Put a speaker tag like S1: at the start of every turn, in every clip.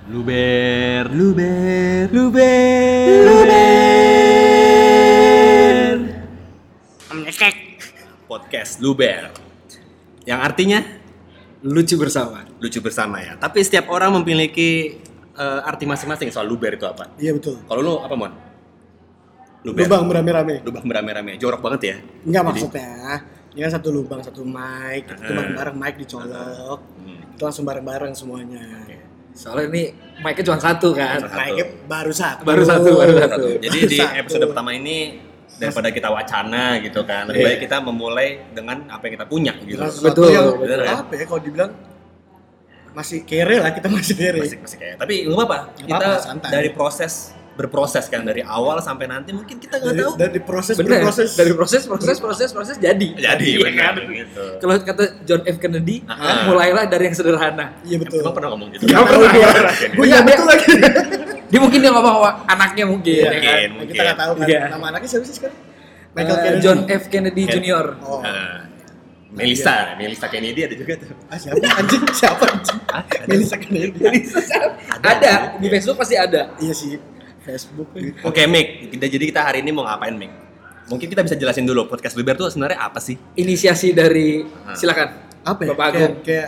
S1: Luber. Podcast Luber. Yang artinya
S2: Lucu bersama.
S1: lucu bersama ya. Tapi setiap orang memiliki arti masing-masing soal luber itu apa.
S3: Iya betul.
S1: Kalau lu apa, Mon? Luber.
S3: Lubang beramai-ramai.
S1: Lubang beramai-ramai. Jorok banget ya.
S3: Enggak
S1: Jadi-
S3: maksudnya. Ini kan satu lubang, satu mic. Kita bareng-bareng mic dicolok. Itu langsung bareng-bareng semuanya.
S2: Soalnya ini mic-nya cuma satu kan.
S1: Satu.
S3: Mic-nya baru satu.
S2: Baru satu.
S1: Jadi di
S3: Satu.
S1: episode pertama ini daripada kita wacana gitu kan, lebih baik kita memulai dengan apa yang kita punya gitu.
S3: Dengan sesuatu
S2: Betul,
S3: yang
S1: betul ya.
S3: apa ya kalau dibilang masih kere lah, kita masih kere.
S1: Masih kayak. Tapi nggak apa-apa.
S3: Nggak
S1: Kita
S3: apa-apa, santai.
S1: dari berproses kan dari awal sampai nanti mungkin kita nggak tahu.
S3: Dari proses
S2: Bener.
S3: berproses.
S2: Dari proses jadi.
S1: Jadi
S2: Iya
S1: benar
S2: kan?
S1: gitu.
S2: Kalau kata John F Kennedy,
S1: Ah.
S2: mulailah dari yang sederhana.
S3: Iya betul.
S1: Emang pernah ngomong gitu?
S3: Nggak tahu gua.
S2: Oh iya betul lagi. Dia mungkin dia ngomong sama anaknya mungkin.
S3: Iya,
S2: ya kan?
S1: mungkin.
S3: Kita nggak tahu kan.
S2: Iya.
S3: Nama anaknya siapa sih sekarang?
S2: John F Kennedy
S1: Ken-
S2: Jr.
S3: Oh.
S1: Melissa Kennedy ada juga tuh.
S3: Siapa anjing? Siapa anjing? Melissa Kennedy.
S2: Ada di Facebook pasti ada.
S3: Iya sih. Facebook gitu.
S1: Oke, Mik. Jadi kita hari ini mau ngapain, Mik? Mungkin kita bisa jelasin dulu podcast Luber tuh sebenarnya apa sih?
S2: Inisiasi dari silakan.
S3: Apa ya?
S2: Bapak Agung.
S3: Kayak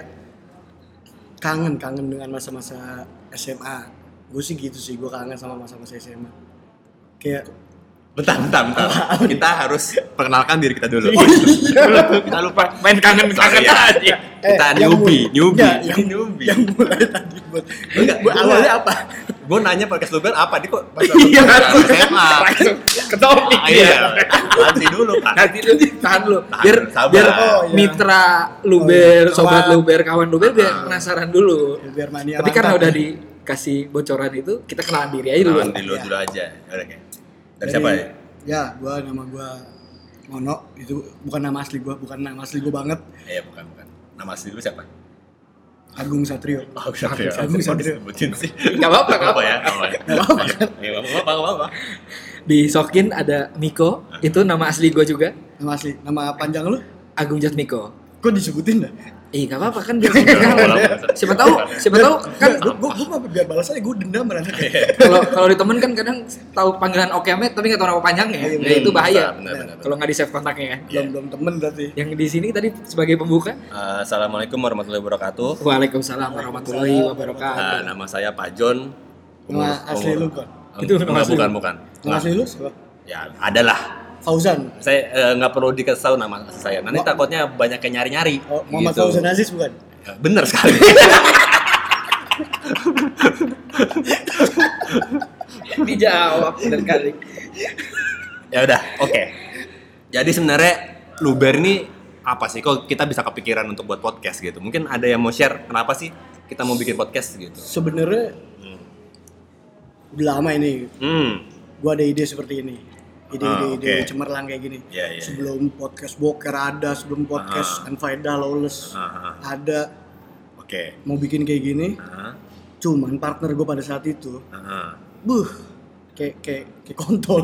S3: kangen dengan masa-masa SMA. Gue sih gitu sih, gue kangen sama masa-masa SMA. Kayak
S1: Bentar. Kita harus perkenalkan diri kita dulu.
S2: Kita lupa main kangen
S1: Iya.
S2: aja.
S1: Kita
S3: yang
S1: newbie.
S3: Enggak,
S1: Newbie.
S3: yang mulai tadi buat
S1: Enggak,
S3: buat awalnya apa?
S1: Gue nanya podcast Luber apa? Dia kok
S2: Iya,
S1: SMA.
S2: ke topik
S1: Iya. Nanti dulu kan.
S2: Nanti lu tahan lu. Biar
S1: Sabar.
S2: biar
S3: Oh, iya.
S2: mitra Luber,
S3: Oh, iya.
S2: sobat
S3: Kawan.
S2: Luber, kawan Luber biar penasaran dulu.
S3: Biar mania
S2: Tapi karena
S3: mantap.
S2: udah dikasih bocoran itu, kita kenalan diri aja dulu.
S1: Kenalan dulu aja. Udah, oke. Dari siapa ya?
S3: Ya, nama gua Mono, itu bukan nama asli gua banget.
S1: Iya, bukan. Nama asli lu siapa?
S3: Agung Satrio.
S1: Oh, siapa ya?
S3: Agung
S1: Kok
S3: Satrio.
S1: disebutin sih?
S2: Enggak apa-apa,
S1: Nggak apa ya? Nggak apa. Iya, nggak apa.
S2: Di Sokin ada Miko, itu nama asli gue juga,
S3: Nama asli, nama panjang lu?
S2: Agung Jatmiko.
S3: Kok disebutin dah?
S2: Enggak apa-apa kan biar siapa tahu kan
S3: Gua biar balas aja, gua dendam berarti.
S2: kalau di temen kan kadang tahu panggilan Okeamet tapi nggak tahu nama panjangnya.
S3: Iya,
S2: Nah, itu bahaya.
S1: Benar.
S2: Kalau nggak di save kontaknya kan.
S3: Belum temen berarti.
S2: Yang di sini tadi sebagai pembuka.
S1: Assalamualaikum warahmatullahi wabarakatuh.
S2: Waalaikumsalam warahmatullahi wabarakatuh.
S1: Nama saya Pak John.
S3: Nama asli lu kan?
S2: Itu nama asli.
S1: Bukan.
S3: Nama asli lu siapa?
S1: Ya, adalah.
S3: Fauzan.
S1: Saya nggak perlu dikasih tahu nama saya. Nanti takutnya banyak yang nyari-nyari.
S3: Oh, Muhammad
S1: Gitu.
S3: Fauzan Aziz bukan?
S1: Ya, bener sekali.
S2: Dijawab benar kali.
S1: Ya udah, oke. Jadi sebenarnya Luber ini apa sih? Kok kita bisa kepikiran untuk buat podcast gitu? Mungkin ada yang mau share kenapa sih kita mau bikin podcast gitu?
S3: Sebenarnya udah lama ini gua ada ide seperti ini. Ide
S1: oke.
S3: cemerlang kayak gini.
S1: Iya.
S3: Sebelum podcast Boker ada, sebelum podcast Anfaida Lawless ada,
S1: Oke.
S3: mau bikin kayak gini. Cuman partner gue pada saat itu, kayak kontol.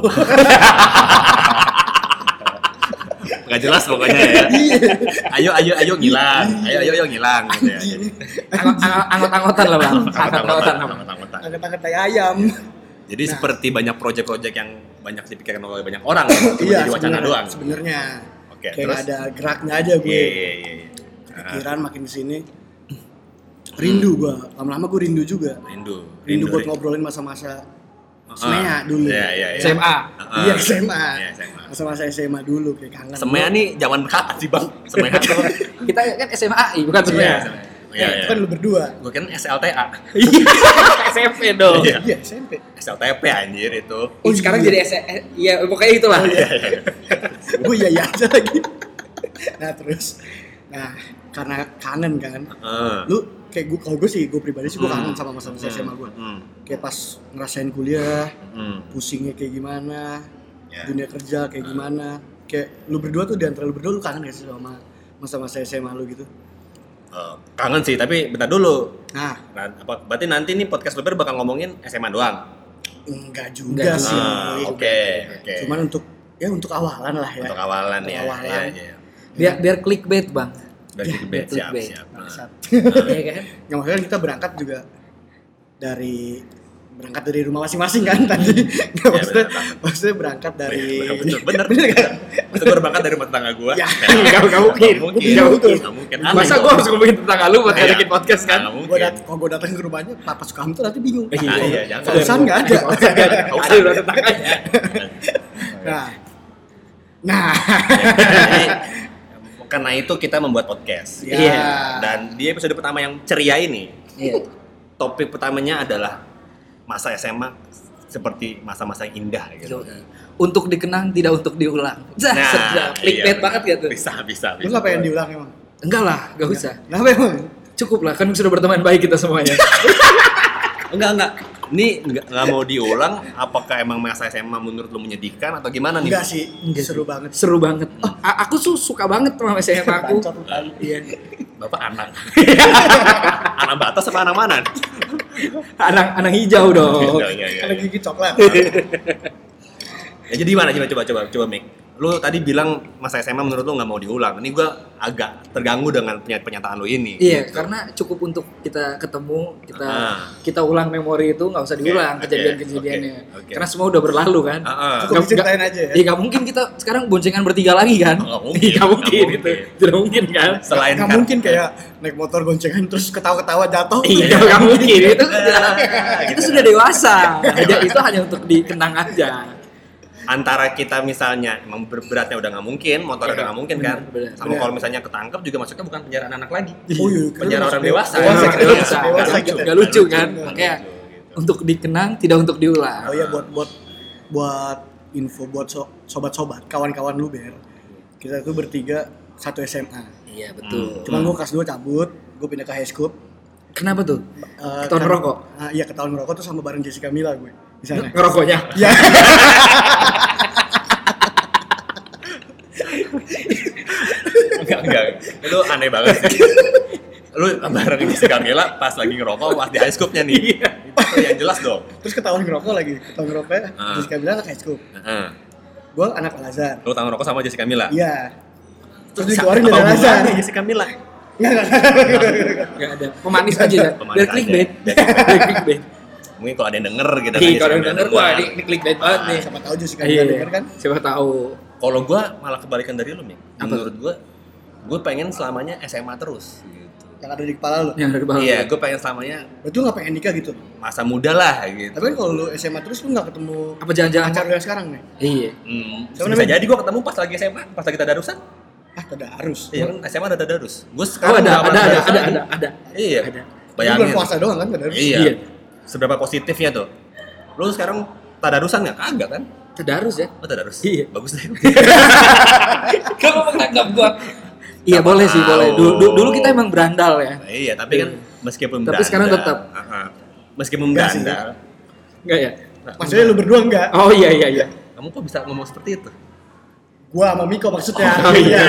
S1: Gak jelas pokoknya ya. Ayo ngilang. Ayo ngilang gitu ya. Jadi,
S2: Anggot-anggotan lah bang.
S1: anggot-anggotan.
S3: Angkat-angkat kayak ayam.
S1: Jadi seperti banyak proyek-proyek yang banyak dipikirkan oleh banyak orang, cuma
S3: Iya,
S1: jadi wacana doang.
S3: sebenarnya.
S1: Oke,
S3: Kayak
S1: terus?
S3: nggak ada geraknya aja gue.
S1: Iya.
S3: Pikiran makin kesini. Rindu gue, lama-lama gue rindu juga. Rindu buat ngobrolin masa-masa SMEA dulu.
S1: Iya.
S2: SMA.
S3: Iya SMA.
S1: Iya, SMA.
S3: Masa-masa SMA dulu kayak kangen.
S1: SMEA nih zaman kapan sih bang? SMEA tuh.
S2: Kita kan SMAI bukan sebenarnya.
S1: Iya.
S3: Itu kan lu berdua.
S1: Gue kan SLTA.
S2: SMP dong.
S1: Iya.
S3: Iya SMP.
S1: SLTP anjir itu.
S2: Oh, sekarang jadi iya pokoknya itulah.
S3: Gue iya aja lagi. Nah karena kangen kan. Lu kayak gue, kalau gue sih, gue pribadi sih gue kangen sama masa-masa SMA gue. Kayak pas ngerasain kuliah, pusingnya kayak gimana, dunia kerja kayak gimana. Kayak lu berdua tuh, di antara lu berdua, lu kangen gak sih sama masa-masa SMA lu gitu?
S1: Kangen sih, tapi bentar dulu.
S3: Nah,
S1: Berarti nanti nih podcast Luber bakal ngomongin SMA doang?
S3: enggak juga sih.
S1: Oke.
S3: Cuman untuk awalan lah ya.
S1: Untuk awalan
S3: Untuk
S1: ya.
S3: awalan.
S1: Iya.
S2: Biar clickbait bang.
S1: Dari clickbait, siap.
S2: Iya kan?
S3: Nggak, maksudnya kita berangkat juga berangkat dari rumah masing-masing kan tadi. Maksudnya berangkat dari
S1: bener kan? Maksudnya gue berangkat dari rumah tetangga gue.
S3: Ya,
S2: Enggak mungkin. Masa gue harus ngomongin tetangga lu buat bikin podcast kan?
S3: Kalau gue datang ke rumahnya, Papa Sukamto nanti bingung.
S1: Iya, jangan.
S3: Kosan nggak ada.
S2: Ada udah tetangganya.
S3: Nah.
S1: Jadi, karena itu kita membuat podcast.
S2: Iya.
S1: Dan di episode pertama yang ceria ini, topik pertamanya adalah masa SMA seperti masa-masa yang indah gitu.
S2: Untuk dikenang, tidak untuk diulang. Clickbait banget gitu.
S1: Bisa.
S3: Lu nggak pengen diulang emang?
S2: Enggak lah, enggak usah.
S3: Kenapa emang?
S2: Cukup lah, kan sudah berteman baik kita semuanya.
S1: Enggak. Ini nggak mau diulang. Apakah emang masa SMA menurut lu menyedihkan atau gimana nih?
S3: Enggak sih, seru banget.
S2: Seru banget. Oh, aku suka banget sama SMA aku. Iya.
S1: Bapak anak. Anak batas apa anak mana?
S2: Anak hijau dong.
S1: Iya.
S3: Ada gigi coklat.
S1: Ya jadi gimana? Coba Mik. Lu tadi bilang masa SMA menurut lu nggak mau diulang. Ini gua agak terganggu dengan pernyataan lu ini.
S2: Iya, karena cukup untuk kita ketemu, kita ulang memori itu, nggak usah diulang kejadian-kejadiannya.
S1: Okay.
S2: Karena semua udah berlalu kan.
S3: Cukup diceritain aja ya.
S2: Iya, nggak mungkin kita sekarang boncengan bertiga lagi kan? Nggak mungkin itu. Tidak mungkin kan?
S1: Selain
S3: nggak mungkin kayak naik motor goncengan terus ketawa-ketawa jatuh.
S2: Iya, nggak mungkin. Itu sudah dewasa. Itu hanya untuk dikenang aja.
S1: Antara kita misalnya emang beratnya udah nggak mungkin, motornya udah nggak mungkin kan, sama kalau misalnya ketangkep juga masuknya bukan penjara anak lagi, penjara orang dewasa.
S2: Nggak lucu kan? Makanya untuk dikenang, tidak untuk diulang.
S3: Oh iya, buat info buat sobat-sobat, kawan-kawan lu Ber, kita tuh bertiga satu SMA.
S2: Iya betul.
S3: Cuman gue kelas 2 cabut, gue pindah ke high school.
S2: Kenapa tuh? Ketahuan ngerokok?
S3: Iya, ketahuan ngerokok tuh sama bareng Jessica Mila gue di sana.
S2: Ngerokoknya?
S3: Iya.
S1: Enggak. Itu aneh banget sih. Lu bareng Jessica Mila pas lagi ngerokok pas di high school-nya nih. Itu yang jelas dong.
S3: Terus ketahuan ngerokok lagi. Ketahuan ngerokoknya Jessica Mila anak high school. Gue anak Al-Azhar.
S1: Lu tahu ngerokok sama Jessica Mila?
S3: Iya. Terus dikeluarin dari Al-Azhar.
S1: Jessica Mila.
S2: Enggak ada. Pemanis aja ya. Biar clickbait.
S1: Mungkin kalau ada yang denger gitu
S2: kan. Iya, kalau yang denger wah ini clickbait banget nih.
S3: Siapa tahu Jessica Mila denger kan?
S2: Siapa tahu.
S1: Kalau gue malah kebalikan dari lu, Mik. Menurut gue pengen selamanya SMA terus gitu.
S3: Yang ada di kepala lu?
S2: Yang ada di kepala.
S1: Iya, gue pengen selamanya.
S3: Berarti lu gak pengen nikah gitu?
S1: Masa muda lah gitu.
S3: Tapi kan kalau lu SMA terus lu gak ketemu
S2: apa jangan-jangan
S3: pacar lu yang sekarang nih?
S2: Iya.
S1: Bisa jadi gue ketemu pas lagi SMA, pas lagi tadarusan.
S3: Tadarus.
S1: Iya kan SMA ada tadarus. Gue sekarang
S2: ada.
S1: Iya.
S3: Bayangin. Bulan puasa doang kan tadarus?
S1: Iya. Seberapa positifnya tuh? Lu sekarang tadarusan nggak? Kagak kan?
S2: Tadarus ya?
S1: Oh tadarus?
S2: Iya.
S1: Bagus deh.
S2: Kamu menganggap gua. Iya boleh sih, boleh. Dulu kita emang berandal ya.
S1: Iya, tapi kan meskipun berandal.
S2: Tapi sekarang tetap.
S1: Meskipun berandal.
S2: Enggak ya?
S3: Maksudnya lu berdua enggak?
S2: Oh iya.
S1: Kamu kok bisa ngomong seperti itu?
S3: Gua sama Miko maksudnya.
S1: Oh iya.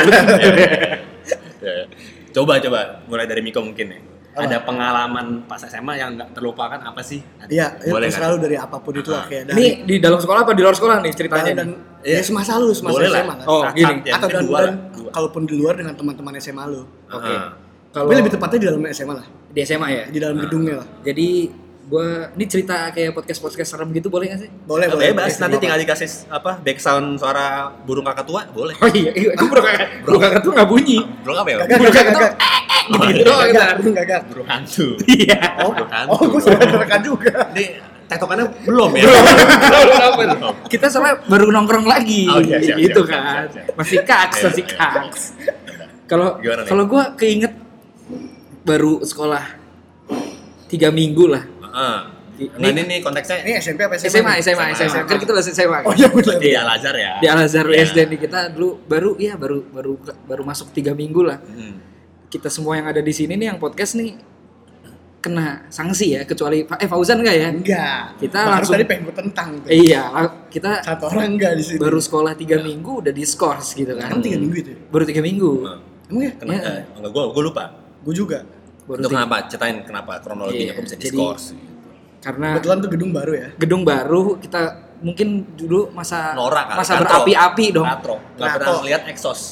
S1: Coba mulai dari Miko mungkin ya. Ada pengalaman pas SMA yang nggak terlupakan apa sih?
S3: Iya,
S1: boleh
S3: selalu dari apapun itu lah kayak dari.
S2: Ini di dalam sekolah apa di luar sekolah nih ceritanya?
S3: Dan ya semasa lu, semasa SMA kan.
S2: Oh, gini.
S3: Atau dan kalaupun di luar dengan teman-teman SMA lu.
S2: Oke.
S3: Tapi lebih tepatnya di dalam SMA lah.
S2: Di SMA ya?
S3: Di dalam gedungnya lah.
S2: Jadi gua ini cerita kayak podcast serem gitu boleh nggak sih?
S3: Boleh.
S1: Bebas, nanti tinggal dikasih background suara burung kakak tua, boleh.
S2: Oh iya, itu burung kakak tua nggak bunyi.
S1: Burung apa ya?
S3: Burung kakak tua.
S2: Gitu doang kan.
S3: Burung gagak.
S1: Burung hantu.
S2: Iya.
S3: Oh, gue sudah merekam juga.
S1: Ini tektokannya belum ya?
S2: Belum. Kita soalnya baru nongkrong lagi.
S1: Oh, iya, siap,
S2: gitu
S1: siap,
S2: kan.
S1: siap.
S2: Masih kaks. Kalau gua keinget baru sekolah 3 minggu lah.
S1: Ini konteksnya
S3: Ini SMP apa SMA?
S2: SMA. Kan kita bahas SMA.
S3: Oh iya benar.
S1: di Al-Azhar ya.
S2: Di Al-Azhar SD nih kita dulu baru masuk 3 minggu lah. Kita semua yang ada di sini nih yang podcast nih kena sanksi ya, kecuali Fauzan enggak ya?
S3: Enggak.
S2: Kita
S3: langsung
S2: tadi
S3: pengen gue tentang tuh.
S2: Iya, kita
S3: satu orang enggak di sini.
S2: Baru sekolah 3 minggu udah diskors gitu kan.
S3: Emang 3 minggu itu?
S2: Baru 3 minggu.
S3: Emang ya?
S1: Enggak, gue lupa.
S3: Gue juga.
S1: Itu kenapa? Ceritain kenapa kronologinya kok bisa diskors?
S2: Karena
S3: kebetulan tuh gedung baru ya.
S2: Gedung baru kita mungkin dulu masa
S1: norak
S2: masa berapi-api dong.
S1: Nggak pernah lihat exhaust.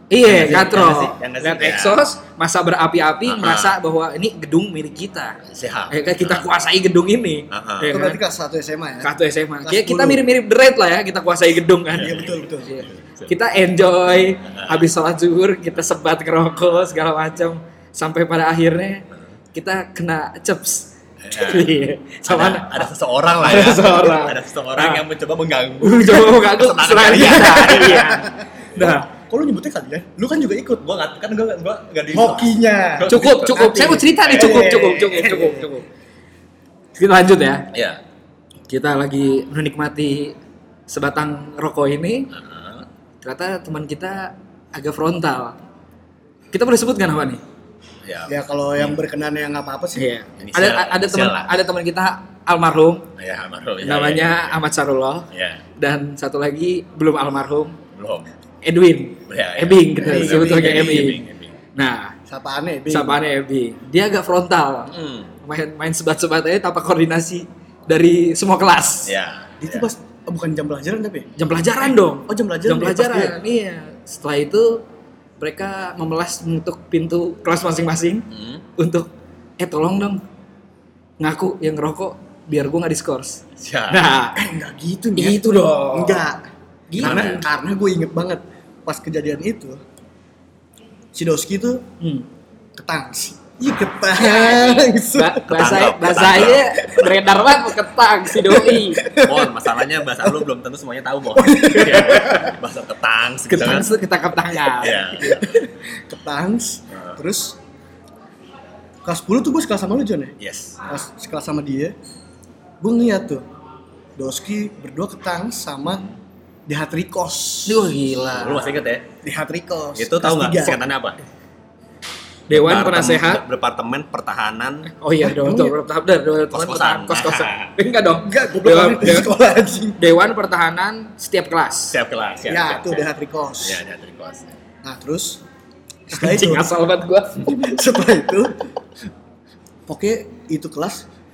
S2: Iya,
S1: Yang
S2: katro.
S1: nggak sih? Yang nggak sih?
S2: Lihat
S1: Ya.
S2: exhaust, masa berapi-api,
S1: Aha.
S2: merasa bahwa ini gedung milik kita.
S1: Siap.
S2: Ya kan kita kuasai gedung ini.
S1: Aha.
S2: Ya
S3: Itu
S2: kan?
S3: berarti kelas 1 SMA ya?
S2: Kartu SMA.
S3: Kelas
S2: Kayak kita
S3: 10.
S2: mirip-mirip The Raid lah ya, kita kuasai gedung kan.
S3: Iya betul betul.
S2: Iya. Kita enjoy, habis sholat zuhur kita sebat ngerokok segala macam, sampai pada akhirnya kita kena ceps. Iya. Sama
S1: ada seseorang lah
S2: Ada
S1: ya.
S2: seseorang.
S1: Ada seseorang
S2: Ah.
S1: yang mencoba mengganggu.
S2: coba mengganggu
S1: Kesenangan
S2: selain
S1: kalian.
S2: kita. Iya. Nah,
S3: Kok lu nyebutnya kalian? Lu kan juga ikut.
S1: Gua enggak di
S3: Hokinya.
S2: cukup.
S3: Nanti.
S2: Saya mau cerita nih, cukup. Kita lanjut ya.
S1: Iya.
S2: Kita lagi menikmati sebatang rokok ini. Ternyata teman kita agak frontal. Kita boleh sebutkan apa nih?
S1: Ya.
S3: Ya kalau yang berkenan yang nggak apa-apa sih.
S2: Iya.
S1: Inisial- inisial lah.
S2: Ada teman kita almarhum,
S1: Ya, almarhum. Ya,
S2: namanya
S1: ya,
S2: Ahmad Sarullah,
S1: ya.
S2: dan satu lagi belum almarhum,
S1: Belum.
S2: Edwin.
S1: Ya, ya.
S2: Ebing kita
S3: Ebing,
S2: sebutnya
S3: Ebing,
S2: Ebing. Nah,
S3: Sapaannya Bing.
S2: sapaannya Ebing. Dia agak frontal. Main sebat-sebat aja tanpa koordinasi dari semua kelas.
S1: Ya.
S3: Itu pas bukan jam pelajaran tapi.
S2: Jam pelajaran dong.
S3: Oh, jam pelajaran
S2: Jam
S3: dia,
S2: pelajaran.
S3: pas
S2: Iya. Setelah itu mereka memelas untuk pintu kelas masing-masing untuk tolong dong ngaku yang ngerokok biar gue nggak diskors.
S1: Siap.
S2: Nah,
S3: Enggak gitu nih.
S2: itu dong.
S3: Enggak.
S2: Gimana?
S3: Karena gue inget banget pas kejadian itu si Doski tuh ketangsi. Iya ketangsi.
S2: Bahasanya beredar banget ketang si doi.
S1: Bon, masalahnya bahasa lu belum tentu semuanya tahu, Bon. Bahasa ketang gitu
S2: Ketang
S1: kan.
S2: itu kita ketangan.
S1: Iya.
S3: Ketangs. Terus kelas 10 tuh gue sekelas sama lu John ya?
S1: Yes.
S3: Pas sekelas sama dia, gue ngeliat tuh Doski berdua ketang sama Dehatrikos.
S2: Duh gila.
S1: Lu masih inget ya?
S3: Dehatrikos.
S1: Itu tahu
S3: kelas
S1: enggak
S3: 3.
S1: singkatannya apa?
S2: Dewan Penasehat.
S1: Departemen Pertahanan.
S2: Oh iya,
S3: Oh,
S2: Dewan
S1: Kos-kosan.
S2: Kos-kosan. Enggak dong.
S3: Enggak, gue
S2: Dewan,
S3: belum di sekolah anjing.
S2: Dewan Pertahanan setiap kelas.
S1: Siap kelas. Siap,
S3: Ya,
S1: siap,
S3: itu
S1: siap.
S3: Dehatrikos.
S1: Iya, Dehatrikos.
S3: Nah, terus setelah itu,
S2: Anjing asal banget gua.
S3: setelah itu, pokoknya itu kelas.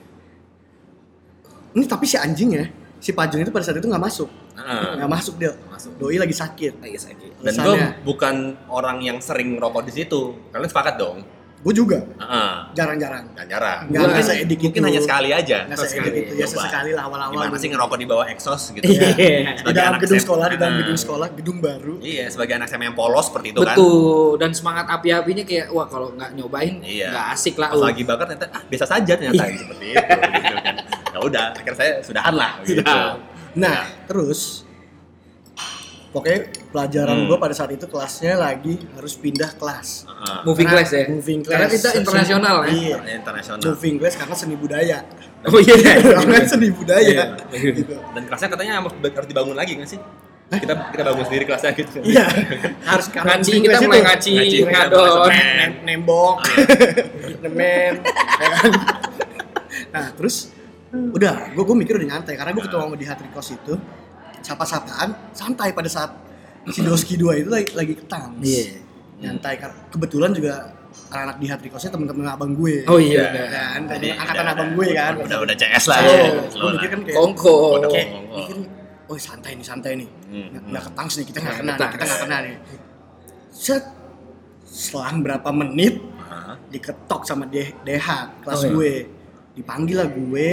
S3: Ini tapi si anjing ya, si Pajun itu pada saat itu nggak masuk,
S1: Heeh.
S3: nggak masuk dia.
S1: Masuk.
S3: Doi lagi sakit.
S1: Dan gue bukan orang yang sering ngerokok di situ. Kalian sepakat dong?
S3: Gue juga
S1: Heeh.
S3: jarang-jarang.
S1: Nggak jarang.
S3: Nggak
S1: Mungkin-
S3: se-edik
S1: Mungkin
S3: itu.
S1: hanya sekali aja.
S3: Nggak se-edik itu, ya
S1: Coba.
S3: sesekali lah awal-awal.
S1: Gimana sih
S3: gitu.
S1: ngerokok di bawah exhaust gitu
S2: Iya.
S1: ya?
S3: Di
S1: Sebagai
S3: dalam
S1: anak
S3: gedung
S1: SMA.
S3: sekolah, di dalam
S1: Heeh.
S3: gedung sekolah, gedung baru.
S1: Iya, sebagai anak SMA yang polos seperti itu kan.
S2: Betul. Dan semangat api-apinya kayak wah kalau nggak nyobain
S1: Iya.
S2: nggak asik lah.
S1: Pas lagi bakar ternyata biasa saja ternyata seperti itu gitu kan. Ya udah, akhirnya saya sudahan lah gitu.
S2: Sudah.
S3: Nah, terus pokoknya pelajaran gue pada saat itu kelasnya lagi harus pindah kelas.
S1: Heeh.
S2: Moving
S3: Karena
S2: class ya.
S3: Moving class.
S2: Karena kita internasional ya.
S3: Iya.
S1: Internasional.
S3: Moving class karena seni budaya.
S2: Oh iya.
S3: Karena seni budaya.
S1: Iya.
S3: gitu.
S1: Dan kelasnya katanya harus dibangun lagi nggak sih? Kita bangun sendiri kelasnya gitu.
S3: Iya. Harus karena
S2: Ngaci,
S3: moving
S2: kita
S3: class
S2: mulai
S3: itu
S2: ngaci,
S1: Ngaci,
S2: ngadon.
S1: semen.
S3: nembok, nemen, ya kan? Nah terus udah, gue mikir udah nyantai karena gue ketemu sama di Hatrikos itu sapa-sapaan santai pada saat si Doski 2 itu lagi ketang.
S2: Iya.
S3: Nyantai karena kebetulan juga anak-anak di Hatrikosnya temen-temen abang gue.
S2: Oh iya.
S1: Iya.
S3: Kan,
S1: Jadi,
S3: angkatan
S1: udah-
S3: abang gue kan.
S1: Udah CS lah.
S3: Slow.
S1: ya.
S3: Gue
S1: Slow
S3: mikir kan
S1: lah.
S3: kayak
S2: Kongko.
S3: kayak
S1: Kongko.
S3: mikir, oh santai nih. Nggak ketangs nih, kita nggak
S2: Nggak
S3: kena,
S2: ketangs.
S3: kita nggak kena nih. Set, selang berapa menit
S1: Hah?
S3: diketok sama Dehat kelas
S2: Oh, iya.
S3: gue, dipanggil lah gue,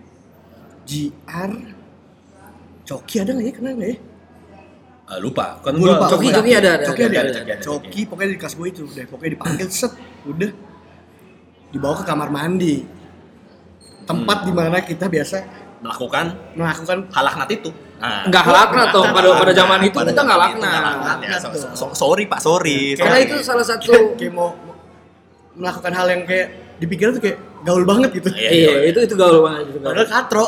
S3: JR, Coki ada nggak ya, kena nggak ya?
S1: Lupa. Kan
S3: Gue lupa.
S2: Coki ada.
S3: Coki ada.
S1: Coki ada.
S3: Coki pokoknya di kelas gue itu deh, pokoknya dipanggil set, udah dibawa ke kamar mandi, tempat dimana kita biasa
S1: melakukan
S3: melakukan
S1: hal laknat itu. Nah,
S2: Enggak laknat dong pada zaman itu kita nggak
S1: zaman itu
S2: laknat.
S1: Ya, sorry Pak, sorry.
S2: Karena
S1: sorry.
S2: itu salah satu
S3: kayak mau melakukan hal yang kayak dipikir tuh kayak gaul banget gitu.
S2: iya itu gaul banget itu gaul.
S3: Padahal katro.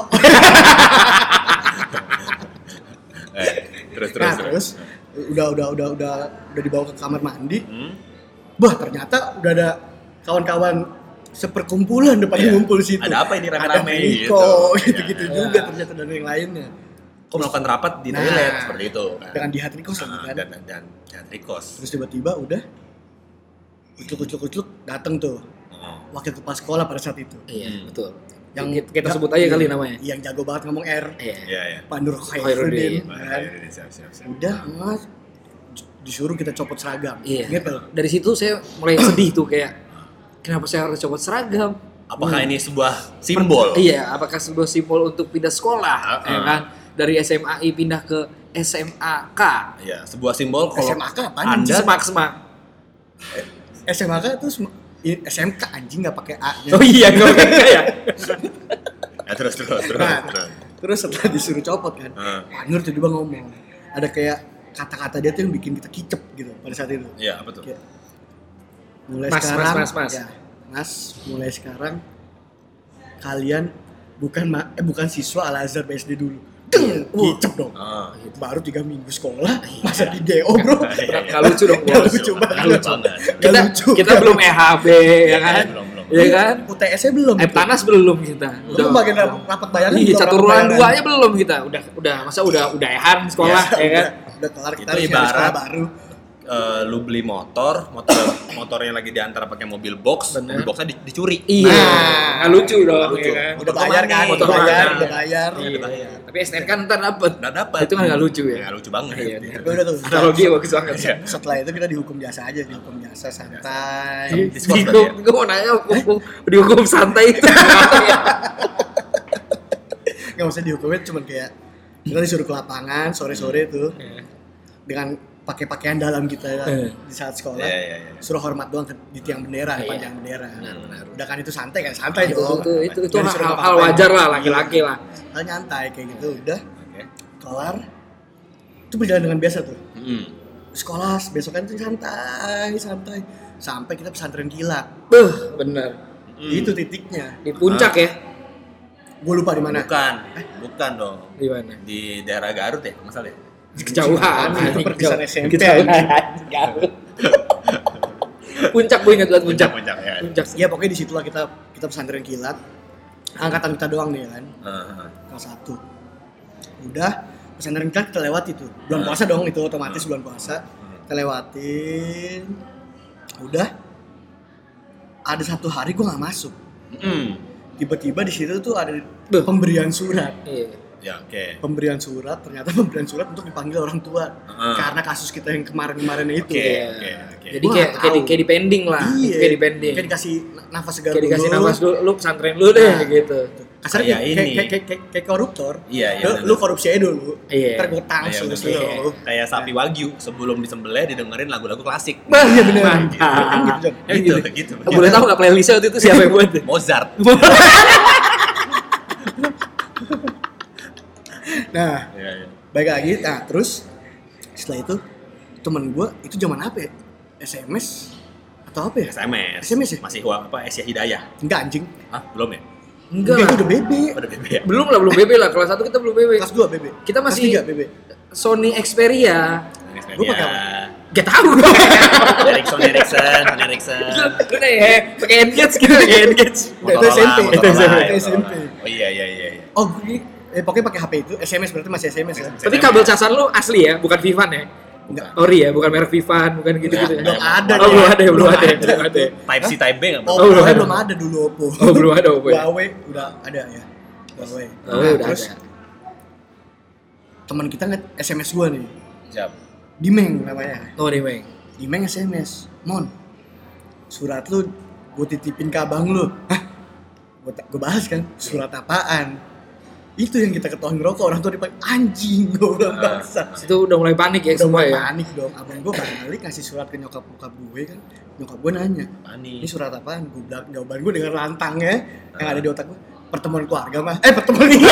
S1: Terus
S3: Nah, terus udah dibawa ke kamar mandi.
S1: Hmm?
S3: Bah, ternyata udah ada kawan-kawan seperkumpulan depan
S1: Iya.
S3: ngumpul situ.
S1: Ada apa ini rame-rame
S3: Ada
S1: gitu.
S3: Niko, gitu-gitu
S1: Iya.
S3: juga ternyata dan yang lainnya.
S1: Kok melakukan rapat di
S3: Nah,
S1: toilet seperti itu kan.
S3: Dengan di Hatrikos lagi kan.
S1: Dan Rikos.
S3: Terus tiba-tiba udah ucluk dateng tuh wakil kepala sekolah pada saat itu.
S2: Iya betul.
S3: Yang
S2: Kita sebut aja kali namanya.
S3: Yang jago banget ngomong R.
S2: Iya.
S1: Iya, iya.
S3: Pak Nur
S2: Khairuddin.
S3: Khairuddin. Kan.
S1: Siap.
S3: Udah, Mas disuruh kita copot seragam.
S2: Iya.
S3: Gitu.
S2: Dari situ saya mulai sedih tuh kayak kenapa saya harus copot seragam?
S1: Apakah ini sebuah simbol?
S2: Iya, apakah sebuah simbol untuk pindah sekolah? Ya kan? Dari SMAI pindah ke SMAK.
S1: Iya, sebuah simbol kalau
S3: SMAK apaan?
S1: Anda
S2: Semak-semak.
S3: SMAK itu SMK anjing nggak pakai A.
S2: Oh iya, nggak pakai ya.
S1: ya, terus.
S3: Nah, terus setelah disuruh copot kan, Pak Nur tiba-tiba ngomong, ada kayak kata-kata dia tuh yang bikin kita kicep gitu pada saat itu.
S1: Iya, apa tuh?
S3: Kayak, mulai
S2: Mas.
S3: sekarang, ya, Mas, mulai sekarang kalian bukan siswa Al Azhar BSD dulu. Kicep dong. Baru 3 minggu sekolah, masa di DO bro.
S2: Nggak lucu dong,
S3: Nggak
S2: Bos.
S3: lucu banget.
S1: Nggak lucu banget.
S3: Nggak lucu.
S2: Kita belum EHB ya kan?
S1: Belum.
S2: Iya kan?
S3: UTS-nya belum.
S2: Tanas belum kita.
S3: Udah bagian rapat bayaran.
S2: Iya,
S3: belum,
S2: catur
S3: rapat
S2: ruang
S3: bayaran.
S2: 2 aja belum kita. Masa udah ehan sekolah ya kan?
S3: Udah kelar kita
S1: Itu
S3: harus nyari
S1: ibarat
S3: sekolah baru.
S1: Lu beli motornya lagi diantar pakai mobil box, mobil boxnya dicuri.
S2: Iya. Nggak lucu dong.
S1: Nggak lucu.
S2: Ya kan?
S3: Udah bayar kan?
S2: Motor
S3: Udah bayar,
S2: mana?
S3: udah bayar.
S2: Iya. Tapi SNK ntar dapet.
S1: Nggak dapat.
S2: Itu kan nggak lucu ya.
S1: Nggak lucu banget.
S2: Iya.
S3: Tapi udah tuh.
S2: Analogi bagus banget.
S1: Iya.
S3: Setelah itu kita dihukum biasa aja, dihukum biasa santai.
S1: Diskors berarti ya?
S2: Gue mau nanya, dihukum santai itu.
S3: Nggak usah dihukumnya, cuman kayak kita disuruh ke lapangan sore-sore tuh dengan pakai pakaian dalam kita di saat sekolah.
S1: Iya.
S3: Suruh hormat doang di tiang bendera,
S2: Iya.
S3: panjang bendera.
S2: Benar.
S3: Udah kan itu santai kan, santai
S2: Itu
S3: dong. Nggak disuruh
S2: hal
S3: ngapa-ngapain.
S2: wajar lah laki-laki lah.
S3: Hal nyantai kayak gitu, udah
S1: Oke.
S3: kelar. Itu berjalan dengan biasa tuh.
S1: Mm.
S3: Sekolah besokan tuh santai sampai kita pesantren kilat.
S2: Bener.
S3: Itu titiknya.
S2: Di puncak ya?
S3: Gue lupa di mana.
S1: Bukan dong.
S2: Di mana?
S1: Di daerah Garut ya, masalah ya?
S2: Kejauhan.
S3: Itu perpisahan SMP.
S2: Puncak gue ingat banget puncak.
S1: Puncak ya.
S2: Puncak.
S3: Ya pokoknya di situlah kita pesantren kilat. Angkatan kita doang nih kan. Kelas 1. Udah pesantren kilat kita lewati tuh. Bulan puasa dong itu otomatis bulan puasa. Kita lewatin. Udah. Ada satu hari gue nggak masuk. Tiba-tiba di situ tuh ada pemberian surat.
S2: Iya.
S1: Ya, oke.
S3: Pemberian surat, ternyata pemberian surat untuk dipanggil orang tua. Karena kasus kita yang kemarin-kemarin itu.
S1: Oke.
S2: Jadi
S3: Gua nggak tahu.
S2: kayak di pending lah.
S3: Iya.
S2: Kayak di pending.
S3: Kayak dikasih nafas segar
S2: Kayak
S3: dulu.
S2: dikasih nafas dulu, lu pesantren dulu deh gitu.
S3: Kasarnya
S1: Kayak ini.
S3: kayak koruptor.
S1: Iya,
S3: Lu korupsi aja dulu.
S2: Iya.
S3: Ntar gue tangsi
S1: Iya,
S3: lu.
S1: bener. Kayak sapi wagyu sebelum disembelih didengerin lagu-lagu klasik.
S3: Iya bener.
S2: Mantap.
S3: Kan gitu, Jon.
S1: Gitu.
S2: Boleh tahu nggak playlistnya waktu itu siapa yang buat?
S1: Mozart.
S3: Nah,
S1: Iya.
S3: baik lagi. Nah, terus setelah itu temen gue itu zaman apa ya? SMS atau apa ya? SMS ya?
S1: Masih Asia Hidayah.
S3: Enggak anjing.
S1: Hah, belum ya?
S2: Enggak
S3: Itu
S2: lah.
S3: udah BB.
S1: Udah BB ya?
S2: Belum BB lah. Kelas 1 kita belum BB.
S3: Kelas 2 BB.
S2: Kita masih
S3: Kelas 3 BB.
S2: Sony Xperia.
S3: Gua pakai apa?
S2: Gak tahu.
S1: Ericsson.
S2: Lu kayak pakai Engage gitu, pakai Engage.
S3: Itu SMP.
S1: Motorola.
S3: Itu SMP.
S1: Oh iya.
S3: Oh, pokoknya pakai HP itu SMS berarti masih SMS ya.
S2: Tapi kabel casan lu asli ya, bukan Vivan ya?
S3: Enggak.
S2: Ori ya, bukan merek Vivan, bukan gitu-gitu ya.
S3: Belum ada.
S2: Oh,
S3: ya.
S2: belum ada.
S1: Type C Type B enggak?
S3: Oppo
S2: belum ada.
S3: belum ada dulu Oppo.
S2: Oh, belum ada Oppo ya?
S3: Huawei udah ada ya. Huawei.
S2: Udah
S3: Terus
S2: ada.
S3: teman kita nge SMS gua nih.
S1: Siap.
S3: Dimeng namanya.
S2: Oh, nih, Bang.
S3: Dimeng SMS. Mon. Surat lu gua titipin ke abang lu. Hah? Gua bahas kan. Surat apaan? Itu yang kita ketahuan ngerokok, orang tua dipanggil anjing, gue bilang bangsa.
S2: Itu udah mulai panik ya
S3: Udah
S2: semua
S3: mulai
S2: ya.
S3: panik dong. Abang gue balik ngasih surat ke nyokap gue kan. Nyokap gue nanya,
S1: Panik.
S3: ini surat apaan? Gue bilang, jawaban gue dengan lantangnya yang ada di otak gue, pertemuan keluarga mah. Pertemuan ini.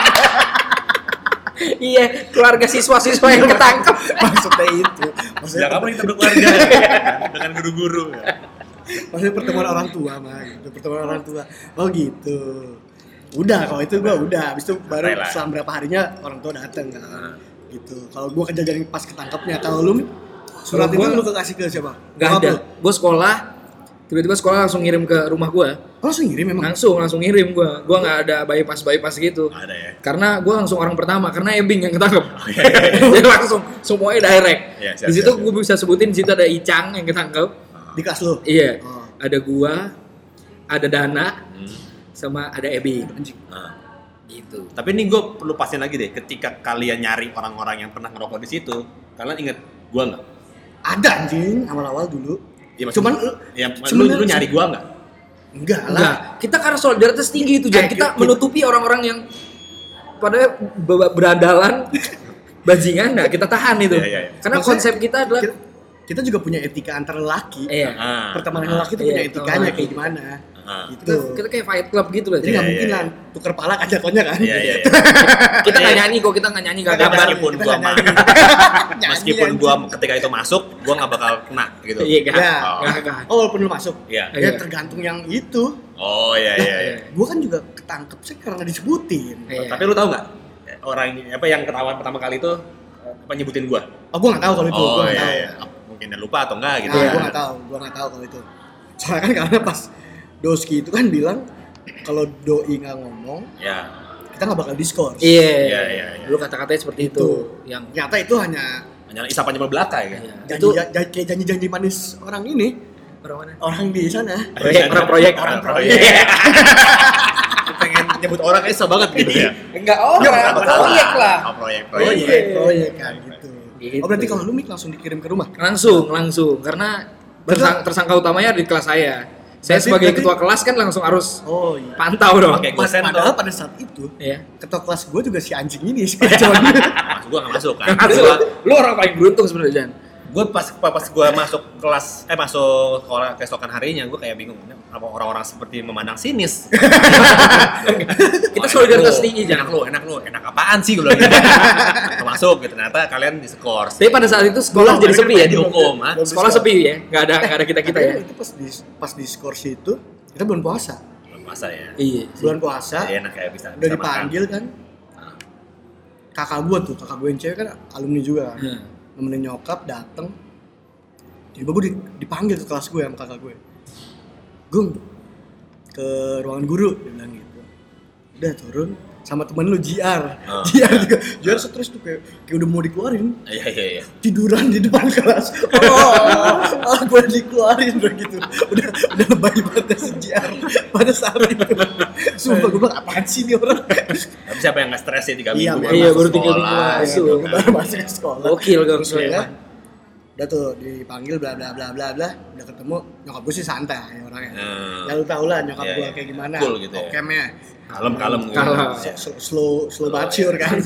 S2: Iya, keluarga siswa-siswa yang ketangkep.
S3: Maksudnya itu.
S1: Sejak kapan kita berkeluarga? Dengan guru-guru.
S3: Maksudnya pertemuan orang tua mah. Gitu. Pertemuan orang tua. Oh gitu. Udah, kalau itu gue udah. Habis itu baru
S1: Rela.
S3: selang berapa harinya orang tua dateng kan. Gitu. Kalau gue kejadian pas ketangkepnya. Kalau lu surat itu
S2: Kalau
S3: lu kasih ke siapa?
S2: Gak
S3: Bokap
S2: ada.
S3: lu?
S2: Gue sekolah, tiba-tiba sekolah langsung ngirim ke rumah gue.
S3: Oh, langsung ngirim memang.
S2: Langsung ngirim gue. Gue nggak ada bypass gitu.
S1: Ada ya.
S2: Karena gue langsung orang pertama, karena Ebing yang ketangkep.
S1: Iya.
S2: Jadi langsung semuanya direct.
S1: Iya, siap,
S2: Di situ
S1: siap.
S2: gue bisa sebutin di situ ada Icang yang ketangkep.
S3: Di kelas lu?
S2: Iya.
S3: Oh.
S2: Ada gua, ada Dana, sama ada Ebing.
S3: Anjing.
S1: Nah.
S2: Gitu.
S1: Tapi ini gue perlu pastiin lagi deh, ketika kalian nyari orang-orang yang pernah ngerokok di situ, kalian inget gue nggak?
S3: Ada anjing awal-awal dulu.
S1: Ya,
S3: Cuman
S1: lu nyari gua enggak?
S3: Enggak lah.
S2: Enggak. Kita karena solidaritas tinggi itu, Jan. Kita menutupi orang-orang yang pada berandalan bajingan, nah kita tahan itu. Karena
S3: maksudnya,
S2: konsep kita adalah
S3: kita juga punya etika antar lelaki. Pertemanan lelaki itu punya
S2: iya,
S3: etikanya kayak gimana. Gitu.
S2: Kita kayak fight club gitu loh.
S3: Jadi nggak mungkin lah tuker pala kacakonnya kan.
S2: Kita nggak nyanyi kok, kita nggak nyanyi nggak gambar.
S1: Meskipun gua ketika itu masuk, gua nggak bakal kena gitu.
S2: Iya kan.
S3: Oh walaupun lu masuk.
S1: Iya.
S3: Ya tergantung yang itu.
S1: Oh iya.
S3: Gua kan juga ketangkep sih karena disebutin.
S1: Tapi lu tahu nggak orang apa yang ketahuan pertama kali itu apa nyebutin gua?
S3: Oh gua nggak tahu kalau itu.
S1: Oh
S3: Gua nggak tahu.
S1: iya. Mungkin dia lupa atau enggak gitu.
S3: Gua nggak tahu kalau itu. Soalnya kan karena pas Doski itu kan bilang kalau doi nggak ngomong, kita nggak bakal diskors.
S2: Iya. Dulu kata-katanya seperti itu. Yang
S3: nyata itu hanya
S1: isapannya belakang ya.
S3: Kayak janji-janji manis orang ini.
S2: Orang mana?
S3: Orang di sana.
S2: Proyek.
S1: Pengen nyebut orang susah banget gitu ya.
S2: Enggak proyek lah.
S3: Proyek kan gitu. Oh berarti kalau lu Mik langsung dikirim ke rumah?
S2: Langsung karena tersangka utamanya di kelas saya. Saya sebagai ketua kelas kan langsung harus pantau dong.
S3: Padahal pada saat itu, ketua kelas gue juga si anjing ini, si
S1: Masuk gue nggak masuk kan.
S2: Lu orang paling beruntung sebenarnya, Jan.
S1: Gue pas gue masuk kelas masuk sekolah keesokan harinya gue kayak bingung apa orang-orang seperti memandang sinis.
S2: Kita solidaritas tinggi, Jan.
S1: Enak apaan sih gue bilang gitu. Masuk gitu, ternyata kalian diskors.
S2: Tapi pada saat itu sekolah jadi sepi ya,
S1: dihukum,
S2: sekolah sepi ya, nggak ada kita ya.
S3: Itu pas diskors itu kita bulan puasa.
S1: Puasa ya.
S2: Iya.
S3: Bulan puasa.
S1: Jadi enak kayak bisa.
S3: Udah dipanggil kan. Kakak gue yang cewek kan alumni juga. Nemenin nyokap dateng. Jadi gue dipanggil ke kelas gue sama kakak gue. Gung, ke ruangan guru, dia bilang gitu. Udah turun sama temen lu JR. JR juga. JR stres tuh kayak udah mau dikeluarin.
S1: Iya.
S3: Tiduran di depan kelas. Gue dikeluarin udah gitu. Udah lebay banget si JR pada saat itu. Sumpah gue bilang apaan sih nih orang.
S1: Tapi siapa yang nggak stres ya 3 minggu
S2: baru 3 minggu masuk.
S3: Baru masuk ke sekolah.
S2: Gokil kan.
S3: Udah tuh dipanggil bla bla bla bla bla, udah ketemu nyokap gue sih santai orangnya. Ya lu tau lah nyokap gue kayak gimana.
S1: Cool gitu ya.
S3: Okemnya.
S1: Kalem.
S3: Slow mature kan.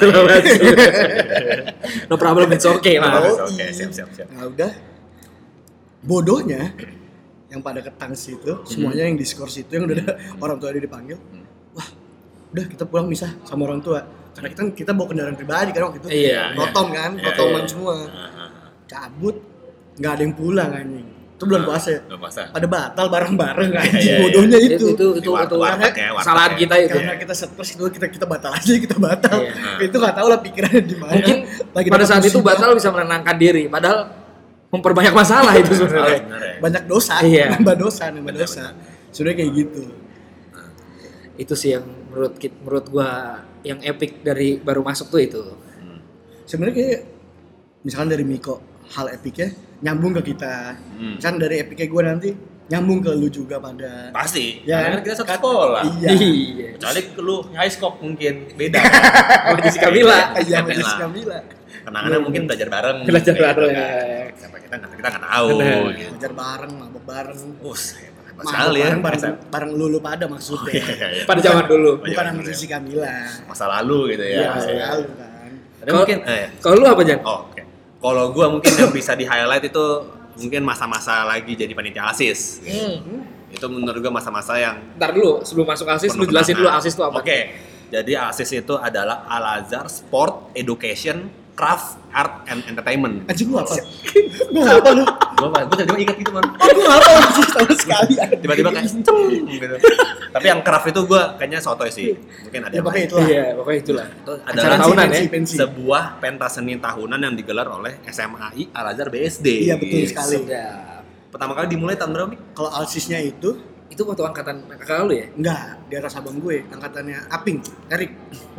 S2: No problem, it's okay lah.
S1: Oke, siap.
S3: Nah udah. Bodohnya yang pada ketangs itu, semuanya yang diskors itu yang udah ada orang tua dia dipanggil. Wah, udah kita pulang misah sama orang tua. Karena kita bawa kendaraan pribadi kan waktu itu. Rotom kan, rotoman semua. Cabut, nggak ada yang pulang anjing. Itu bulan puasa. Pada batal bareng-bareng anjing. Bodohnya itu.
S2: Itu kesalahan kita itu.
S3: Karena kita stres itu kita batal aja, kita batal. Itu nggak tahu lah pikirannya di mana.
S2: Mungkin pada saat itu batal bisa menenangkan diri, padahal memperbanyak masalah itu sebenarnya.
S3: Banyak dosa, nambah dosa. Sudah kayak gitu.
S2: Itu sih yang menurut gua yang epic dari baru masuk tuh itu.
S3: Sebenarnya kayak misalkan dari Miko hal epicnya nyambung ke kita. Misalkan dari epicnya gue nanti nyambung ke lu juga pada.
S1: Pasti.
S3: Ya
S1: karena kita satu sekolah.
S3: Iya.
S1: Kecuali lu high scope mungkin beda.
S2: Sama Jessica Mila.
S3: Iya, sama Jessica Mila.
S1: Kenangannya mungkin belajar bareng.
S2: Belajar bareng.
S1: Sampai kita nggak tahu. Gitu.
S3: Belajar bareng, mabok bareng.
S1: Sekali ya.
S3: Bareng lu pada maksudnya.
S2: Pada zaman dulu.
S3: Bukan sama Jessica Mila.
S1: Masa lalu gitu ya.
S3: Masa lalu kan.
S1: Mungkin.
S2: Kalau lu apa Jan?
S1: Oke. Kalau gue mungkin yang bisa di highlight itu mungkin masa-masa lagi jadi panitia ASIS. Itu menurut gue masa-masa yang.
S2: Ntar dulu sebelum masuk ASIS lu jelasin dulu ASIS itu apa?
S1: Oke. Jadi ASIS itu adalah Al Azhar Sport Education Craft Art and Entertainment.
S3: Anjing lu apa? Gue nggak apa lu.
S1: Gue tiba-tiba ingat gitu man.
S3: Gue nggak apa sih sama sekali.
S1: Tiba-tiba kayak gitu. Tapi yang craft itu gue kayaknya sotoy sih. Mungkin ada.
S3: Ya pokoknya itulah.
S2: Iya pokoknya itulah.
S1: Itu adalah
S2: tahunan
S3: pensi.
S1: Sebuah pentas seni tahunan yang digelar oleh SMAI Al Azhar BSD.
S3: Iya betul sekali.
S1: Pertama kali dimulai tahun berapa nih?
S3: Kalau alsisnya itu
S2: waktu angkatan kakak lu ya?
S3: Enggak, di atas abang gue, angkatannya Aping, Erik.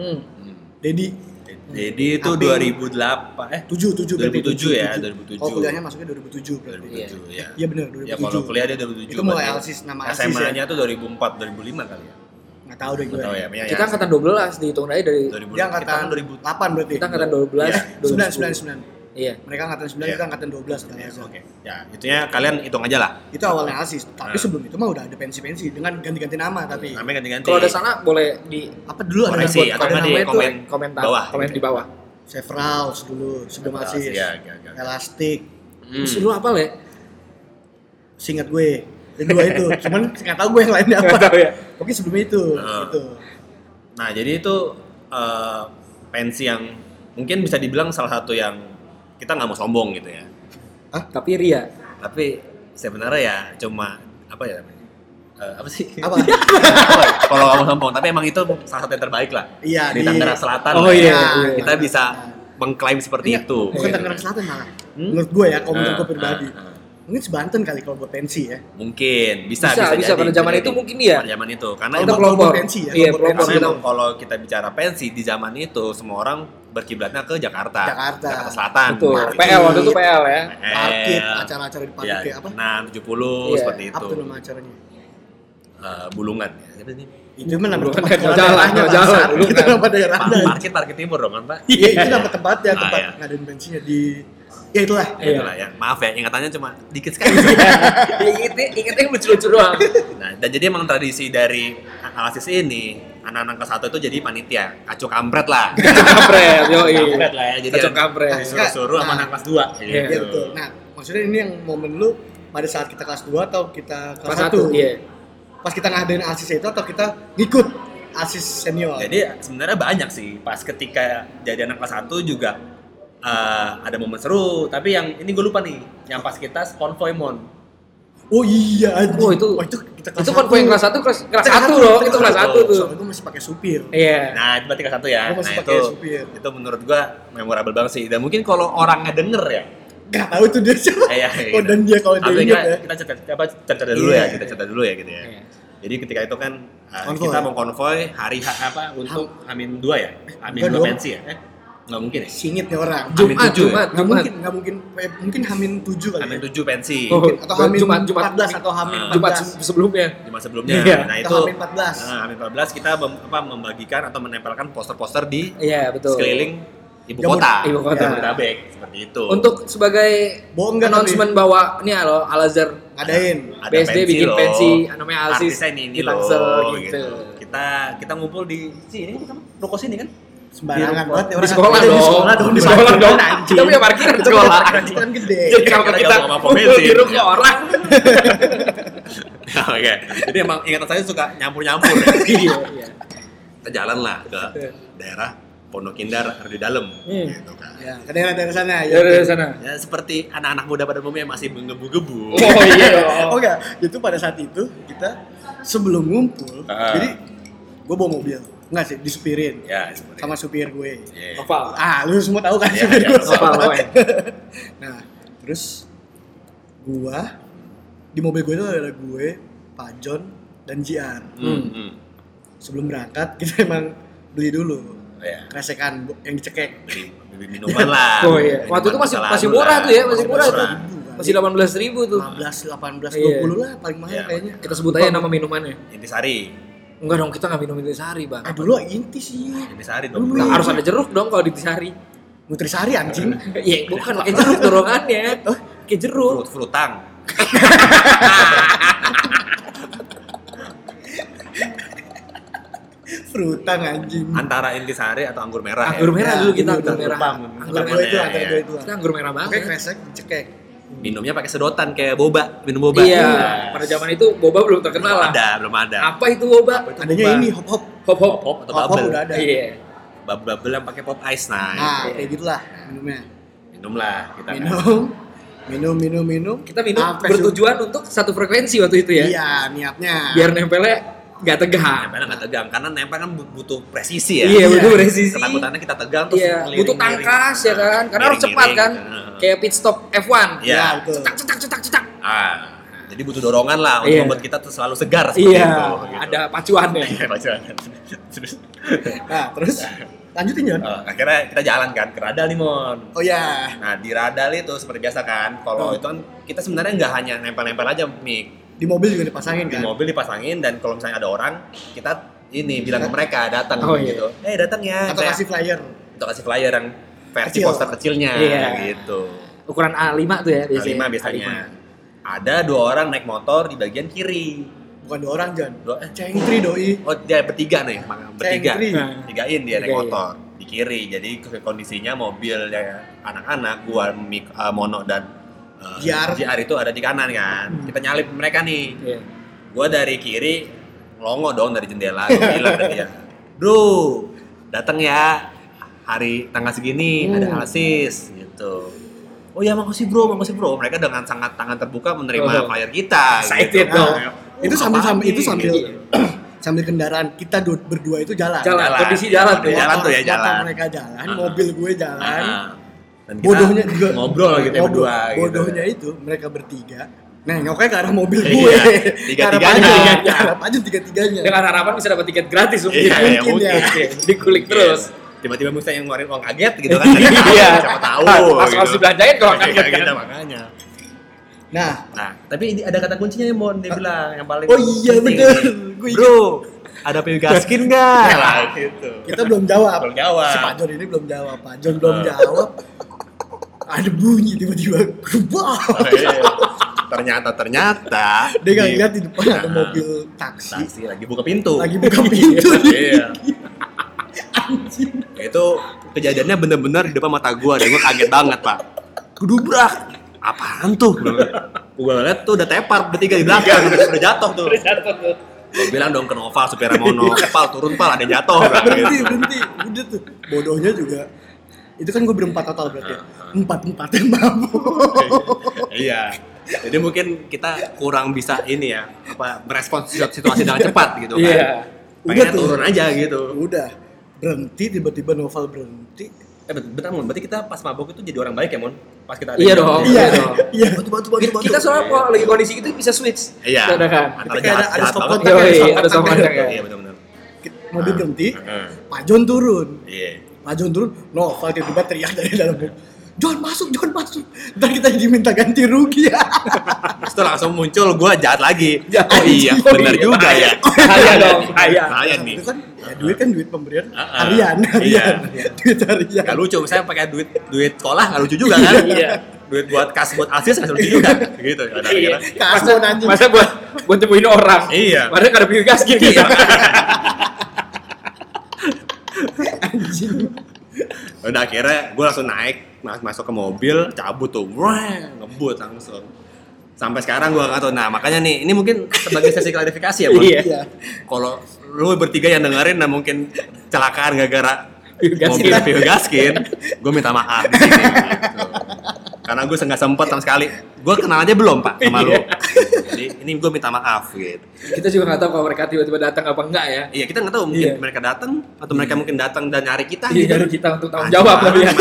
S3: Jadi
S1: itu 2008 2007 ya, 2007.
S3: Oh, kuliahnya masuknya 2007 berarti.
S1: Iya.
S3: Iya benar, 2007.
S1: Ya kalau kuliah dia 2007.
S3: Itu mulai alsis nama alsis.
S1: SMA-nya tuh 2004 2005 kali ya.
S3: Enggak tahu deh gue.
S1: Enggak tahu ya.
S2: Kita angkatan 12 dihitung aja dari
S1: 2000.
S3: Dia angkatan 8 berarti.
S2: Kita angkatan 12.
S3: 9.
S2: Iya.
S3: Mereka angkatan 9, kita angkatan 12 Al Azhar.
S1: Oke. Ya, itunya kalian hitung aja lah.
S3: Itu awalnya ASIS, tapi sebelum itu mah udah ada pensi-pensi dengan ganti-ganti nama tapi.
S1: Namanya ganti-ganti.
S2: Kalau ada salah boleh di
S3: Apa dulu ada
S1: koreksi
S3: buat
S1: atau
S2: ada
S1: nggak di
S2: nama itu
S1: komen
S2: komentar,
S1: bawah.
S2: komen di bawah.
S3: Severals dulu sebelum ASIS.
S1: Iya.
S3: Elastic.
S2: Terus lu apa ya?
S3: Seingat gue. Yang dua itu. Cuman nggak tahu gue yang lainnya apa.
S2: Nggak tahu ya.
S3: Oke sebelum itu. Gitu.
S1: Nah, jadi itu pensi yang mungkin bisa dibilang salah satu yang kita nggak mau sombong gitu ya.
S2: Tapi Ria.
S1: Tapi sebenarnya ya cuma apa ya namanya? Apa sih?
S3: Apa?
S1: Apa ya? Kalau kamu sombong, tapi emang itu salah satu yang terbaik lah.
S3: Iya,
S1: di
S3: di-
S1: Tangerang Selatan.
S2: Oh,
S1: lah ya.
S2: iya, iya.
S1: Kita bisa mengklaim seperti
S3: Iya,
S1: itu.
S3: Bukan Tangerang Selatan malah. Menurut gue ya, kalau menurut gue pribadi.
S1: Ah.
S3: Mungkin sebanten kali kalau buat pensi ya.
S1: Mungkin bisa
S2: Bisa,
S1: jadi.
S2: pada zaman
S1: Bisa
S2: itu
S1: jadi.
S2: mungkin iya.
S1: Pada zaman itu karena
S3: Kalau
S2: Kita
S3: buat
S2: pelopor.
S3: pensi ya,
S2: Iya,
S3: kalau buat
S2: pelopor
S3: pensi.
S1: karena
S2: kita.
S1: emang kalau kita bicara pensi di zaman itu semua orang berkiblatnya ke Jakarta.
S3: Jakarta.
S1: Selatan.
S2: Betul.
S1: Nah,
S2: PL waktu itu PL ya.
S3: Parkit, acara-acara di parkit
S1: Ya,
S3: kayak apa?
S1: 670
S2: Iya.
S1: seperti itu.
S3: Apa tuh nama acaranya?
S1: Bulungan ya. Siapa sih?
S3: Itu mah nama
S2: Bulungan,
S3: tempat
S2: nggak jalan, nggak jalan.
S3: Itu
S2: Bulungan.
S3: nama daerahnya.
S1: Parkir timur dong kan, Pak?
S3: Iya, itu nama tempatnya,
S1: Ah,
S3: tempat
S1: iya.
S3: ngadain pensinya di ya itulah.
S2: Iya.
S1: Itulah ya. Maaf ya, ingatannya cuma dikit sekali.
S2: Ingetnya lucu-lucu doang.
S1: Nah, dan jadi emang tradisi dari Alasis ini, anak-anak kelas 1 itu jadi panitia, kacau kampret lah.
S2: Kampret, yoi.
S1: Kampret lah ya, jadi
S2: Kacau kampret.
S1: disuruh-suruh sama anak kelas 2
S2: Iya.
S3: Iya
S1: gitu.
S3: betul. Nah, maksudnya ini yang momen lu pada saat kita kelas 2 atau kita kelas
S2: Kelas
S3: 1?
S2: 1, iya.
S3: Pas kita ngadain ASIS itu atau kita ngikut ASIS senior?
S1: Jadi sebenarnya banyak sih, pas ketika jadi anak kelas 1 juga ada momen seru, tapi yang ini gue lupa nih, yang pas kita konvoy mon.
S3: Oh iya, anjing.
S2: Oh, itu-
S3: kita kelas
S2: Itu kan poin kelas 1 kelas 1 loh, itu kelas 1 tuh.
S3: Soalnya gue masih pakai supir.
S2: Iya.
S1: Nah, itu berarti kelas 1 ya.
S3: Gua masih
S1: Nah,
S3: pakai
S1: itu
S3: supir.
S1: itu menurut gua memorable banget sih. Dan mungkin kalau orangnya denger ya.
S3: Gak tahu tuh dia siapa.
S1: Iya,
S3: Oh, dan dia kalau dia
S1: Tapi
S3: inget ya.
S1: kita cerita dulu
S3: Iya.
S1: ya, kita cerita dulu ya gitu ya.
S2: Iya.
S1: Jadi ketika itu kan
S3: Konvoy.
S1: kita mau konvoy hari apa untuk Amin 2 ya? Amin
S3: Enggak
S1: 2
S3: dong.
S1: pensi ya? Nggak mungkin ya?
S3: Singit nih orang.
S1: Amin
S2: Jumat,
S1: 7 ya?
S2: Jumat,
S3: Nggak mungkin, nggak mungkin. Mungkin Hamin 7 kali
S1: Amin
S3: ya.
S1: 7 pensi.
S2: Oh.
S3: Atau Hamin
S2: Jumat
S3: 14 atau Hamin
S1: Ah.
S3: 14.
S2: Jumat sebelumnya.
S1: Jumat sebelumnya.
S2: Iya.
S1: Nah,
S3: Atau
S1: itu
S3: Hamin 14.
S1: Nah, Amin 14 kita membagikan atau menempelkan poster-poster di
S2: Iya, betul.
S1: sekeliling ibu
S3: Jamur-
S1: kota.
S2: ibu kota.
S1: Jabodetabek seperti itu.
S2: Untuk sebagai
S3: Bohong nggak
S2: announcement bahwa ini loh Al Azhar
S3: Ngadain.
S1: Ada
S2: BSD bikin
S1: loh.
S2: pensi namanya Alsis
S1: Artisnya ini
S2: di
S1: loh,
S2: Tangsel gitu.
S1: Kita ngumpul di sini kan ruko sini kan?
S3: Sembarangan banget nih
S2: Di
S3: orang.
S2: sekolah
S3: Ada
S2: dong.
S3: Di sekolah dong.
S2: Di sekolah dong.
S3: Anjing.
S2: Kita punya parkiran di sekolah.
S3: Itu kan gede.
S2: Jadi kalau
S1: Kita
S2: kita
S1: nggak mau
S2: kumpul
S1: bensin.
S2: di rumah orang.
S1: Oke. Jadi emang ingatan saya suka nyampur-nyampur ya.
S2: Iya, iya.
S1: Kita jalan lah ke daerah Pondok Indah di dalam gitu kan.
S3: Ya, ke daerah-daerah sana
S2: Ya dari sana.
S1: Ya seperti anak-anak muda pada umumnya masih menggebu-gebu.
S2: Oh iya.
S3: Oh enggak, itu pada saat itu kita sebelum ngumpul,
S1: Ah.
S3: jadi gue bawa mobil, enggak sih, disupirin
S1: Ya, seperti
S3: sama supir gue.
S1: Iya.
S2: Apa?
S3: Lu semua tahu kan
S1: Iya,
S3: supir
S1: iya,
S3: gue.
S1: apa,
S2: apa.
S3: Nah, terus gua di mobil gue itu ada gue, Pak John dan Jian. Sebelum berangkat kita emang beli dulu
S1: Ya.
S3: kresekan yang dicekek.
S1: Beli minuman lah.
S2: Oh iya. Waktu itu masih
S1: Minuman
S2: masih
S1: masa
S2: murah
S1: lalu
S2: tuh ya,
S1: lah.
S2: masih murah tuh. Masih 18.000 tuh.
S3: 15, 18,
S2: Iya.
S3: 20 lah paling mahal
S1: Iya.
S3: kayaknya.
S2: Kita sebut aja nama minumannya.
S1: Intisari.
S2: Enggak dong, kita nggak minum intisari, Bang.
S3: Dulu inti sih.
S1: Intisari dong.
S3: Dulu.
S2: Nah, harus ada jeruk dong kalau di intisari.
S3: Nutrisari anjing.
S2: Iya, bukan pakai jeruk dorongannya. Pakai jeruk.
S1: Frutang.
S3: Frutang anjing.
S1: Antara intisari atau anggur merah.
S2: Anggur
S1: ya.
S2: merah
S3: Ya,
S2: dulu kita,
S3: dulu,
S2: anggur
S3: dulu.
S2: merah.
S1: Lupa,
S2: Anggur
S3: Antara
S2: merah.
S3: dua itu,
S1: ya,
S3: antara
S1: ya.
S3: dua itu.
S2: Kita anggur merah
S3: Pakai
S2: banget.
S3: kresek dicekek.
S1: Minumnya pakai sedotan kayak boba, minum boba.
S2: Iya, pada zaman itu boba belum terkenal lah.
S1: Belum ada.
S2: Apa itu boba?
S3: Adanya
S1: boba.
S3: ini hop hop.
S2: Hop hop.
S1: Pop atau
S3: Hop hop
S1: bubble.
S3: udah ada.
S2: Iya.
S1: Bubble yang pakai pop ice
S3: Nah,
S1: itu.
S3: kayak gitulah minumnya.
S1: Minumlah kita. kan.
S3: Minum.
S2: Kita minum
S3: Sampai
S2: bertujuan untuk satu frekuensi waktu itu ya.
S3: Iya, niatnya.
S2: Biar nempelnya nggak tegang.
S1: Nempelnya nggak tegang karena nempel kan butuh presisi ya.
S2: Iya,
S3: Iya.
S2: butuh presisi.
S1: Ketakutannya kita tegang terus
S2: Iya,
S1: ngeliring-ngeliring.
S2: butuh tangkas ya kan. Karena harus cepat kan. Kayak pit stop F1.
S1: Iya.
S3: Ya, betul.
S2: Cetak.
S1: Jadi butuh dorongan lah untuk
S2: Iya.
S1: membuat kita tuh selalu segar seperti
S2: Iya,
S1: itu. gitu.
S2: ada pacuannya.
S1: Iya, pacuan. Terus
S3: Nah, terus lanjutin Jon.
S1: akhirnya kita jalan kan ke Radal nih Mon.
S3: Oh ya.
S1: Nah di Radal itu seperti biasa kan, kalau itu kan kita sebenarnya nggak hanya nempel-nempel aja Mik.
S3: Di mobil juga dipasangin
S1: Di
S3: kan.
S1: mobil dipasangin dan kalau misalnya ada orang kita ini bilang ke mereka datang
S2: Oh, iya.
S1: gitu. Datang ya.
S3: Atau
S1: Saya-
S3: kasih flyer.
S1: atau kasih flyer yang versi
S3: Kecil.
S1: poster kecilnya
S2: Iya.
S1: gitu.
S2: Ukuran A5 tuh ya biasanya.
S1: A5 biasanya. Ada 2 orang naik motor di bagian kiri.
S3: Bukan 2 orang Jan.
S1: Cengtri
S3: doi.
S1: Oh, dia bertiga nih, bertiga.
S3: Cengtri.
S1: Tigain dia naik
S2: Tigain.
S1: motor di kiri. Jadi kondisinya mobil anak-anak, gua Mono dan JR itu ada di kanan kan. Kita nyalip mereka nih.
S2: Iya.
S1: Gua dari kiri longo dong dari jendela, gua bilang ke dia, "Bro, datang ya hari tanggal segini ada alsis gitu." "Oh ya makasih bro." Mereka dengan sangat tangan terbuka menerima flyer kita.
S2: Excited
S1: gitu.
S2: dong.
S3: Itu sambil
S1: Apaan
S3: sambil
S1: nih?
S3: sambil kendaraan kita berdua itu jalan.
S2: Kondisi jalan tuh.
S1: Jalan tuh ya,
S3: Motor
S1: jalan.
S3: mereka jalan, mobil gue jalan.
S1: Dan kita
S3: Bodohnya juga
S1: ngobrol gitu ya berdua gitu.
S3: Bodohnya itu mereka bertiga. Nah, nyoknya ke arah mobil
S1: Iya,
S3: gue.
S1: tiga-tiganya.
S3: Ke arah Pajun tiga-tiganya.
S2: Dengan harapan bisa dapat tiket gratis mungkin.
S1: Iya, ya,
S3: mungkin ya.
S1: mungkin.
S2: Dikulik terus.
S1: Tiba-tiba Musa yang ngeluarin uang kaget gitu kan.
S2: Iya.
S1: Siapa tahu.
S2: Langsung harus dibelanjain kalau
S1: Iya,
S2: kaget kan.
S1: gitu makanya.
S3: Nah,
S1: Tapi ini ada kata kuncinya ya, Mon, dia bilang yang paling
S3: oh iya
S1: penting.
S3: bener. Gue ingat.
S1: Bro, ada PW Gaskin nggak? Lah gitu.
S3: Kita belum jawab.
S1: Belum jawab.
S3: Si Pak Jon ini belum jawab. Pak Jon belum jawab. Ada bunyi tiba-tiba. Gerubah.
S1: Oh, iya. Ternyata
S3: Dia nggak lihat di depan ada mobil taksi.
S1: taksi lagi buka pintu.
S3: Lagi buka pintu.
S1: Iya.
S3: Anjing.
S1: Itu kejadiannya bener-bener di depan mata gua dan gua kaget banget, Pak. Kedubrak. Apaan tuh? Gua lihat tuh udah tepar bertiga di belakang, udah jatuh tuh. Gua bilang dong ke Noval supir Mono, "Pal, turun Pal, ada yang jatuh."
S3: Berhenti. Udah tuh. Bodohnya juga. Itu kan gue berempat total berarti. Empat yang mabuk.
S1: Iya. Jadi mungkin kita kurang bisa ini ya, merespons situasi dengan cepat gitu kan.
S2: Iya.
S1: Pengennya
S3: Udah tuh.
S1: turun aja gitu.
S3: Udah. Berhenti tiba-tiba Noval berhenti.
S1: Bentar Mon, berarti kita pas mabuk itu jadi orang baik ya Mon? Pas kita ada
S2: Iya
S1: di-
S2: dong.
S3: Iya.
S2: dong.
S3: Iya.
S1: Bantu.
S2: Kita soalnya kalau lagi kondisi itu bisa switch.
S1: Iya.
S2: Kan?
S1: Antara
S3: Itu kayak
S1: jahat,
S3: ada
S1: jahat
S3: stop
S1: banget.
S3: kontak ya,
S2: Yoi,
S3: stop
S2: ada stop
S3: kontak
S2: kontak ya.
S1: Iya benar-benar.
S3: Mobil berhenti.
S1: Heeh.
S3: Pak Jon turun.
S1: Iya.
S3: Pak Jon turun. Noval tiba-tiba teriak dari dalam mobil. Jon masuk. Ntar kita diminta ganti rugi ya.
S1: Terus itu langsung muncul gue jahat lagi.
S2: Jahat.
S1: Oh iya,
S3: Oh
S1: benar
S3: iya.
S1: juga ya.
S2: Bahaya dong, bahaya.
S1: Bahaya nih.
S3: Itu kan ya, duit kan duit pemberian
S1: Ah, ah.
S3: harian.
S1: Iya.
S3: Duit harian.
S1: Gak lucu, misalnya pakai duit sekolah gak lucu juga kan?
S2: Iya.
S1: Duit buat kas buat asis gak lucu juga. Gitu.
S2: Iya.
S3: Kasbon anjing.
S2: Masa buat temuin orang.
S1: Iya.
S2: Padahal gak ada PW Gaskin gitu.
S3: Anjing.
S1: Udah akhirnya gue langsung naik, masuk ke mobil, cabut tuh, ngebut langsung. Sampai sekarang gue nggak tahu. Nah makanya nih, ini mungkin sebagai sesi klarifikasi ya, Mon.
S2: Iya.
S1: Kalau lu bertiga yang dengerin, nah mungkin kecelakaan gara-gara
S2: PW Gaskin.
S1: mobil PW Gaskin, gue minta maaf di sini. Gitu. Karena gue nggak sempet sama sekali. Gue kenal aja belum Pak sama lu. Jadi ini gue minta maaf gitu.
S2: Kita juga nggak tahu kalau mereka tiba-tiba datang apa enggak ya.
S1: Iya kita nggak tahu mungkin
S2: Iya.
S1: mereka datang atau mereka mungkin datang dan nyari kita.
S2: Iya,
S1: gitu.
S2: dari kita untuk tanggung jawab tapi ya.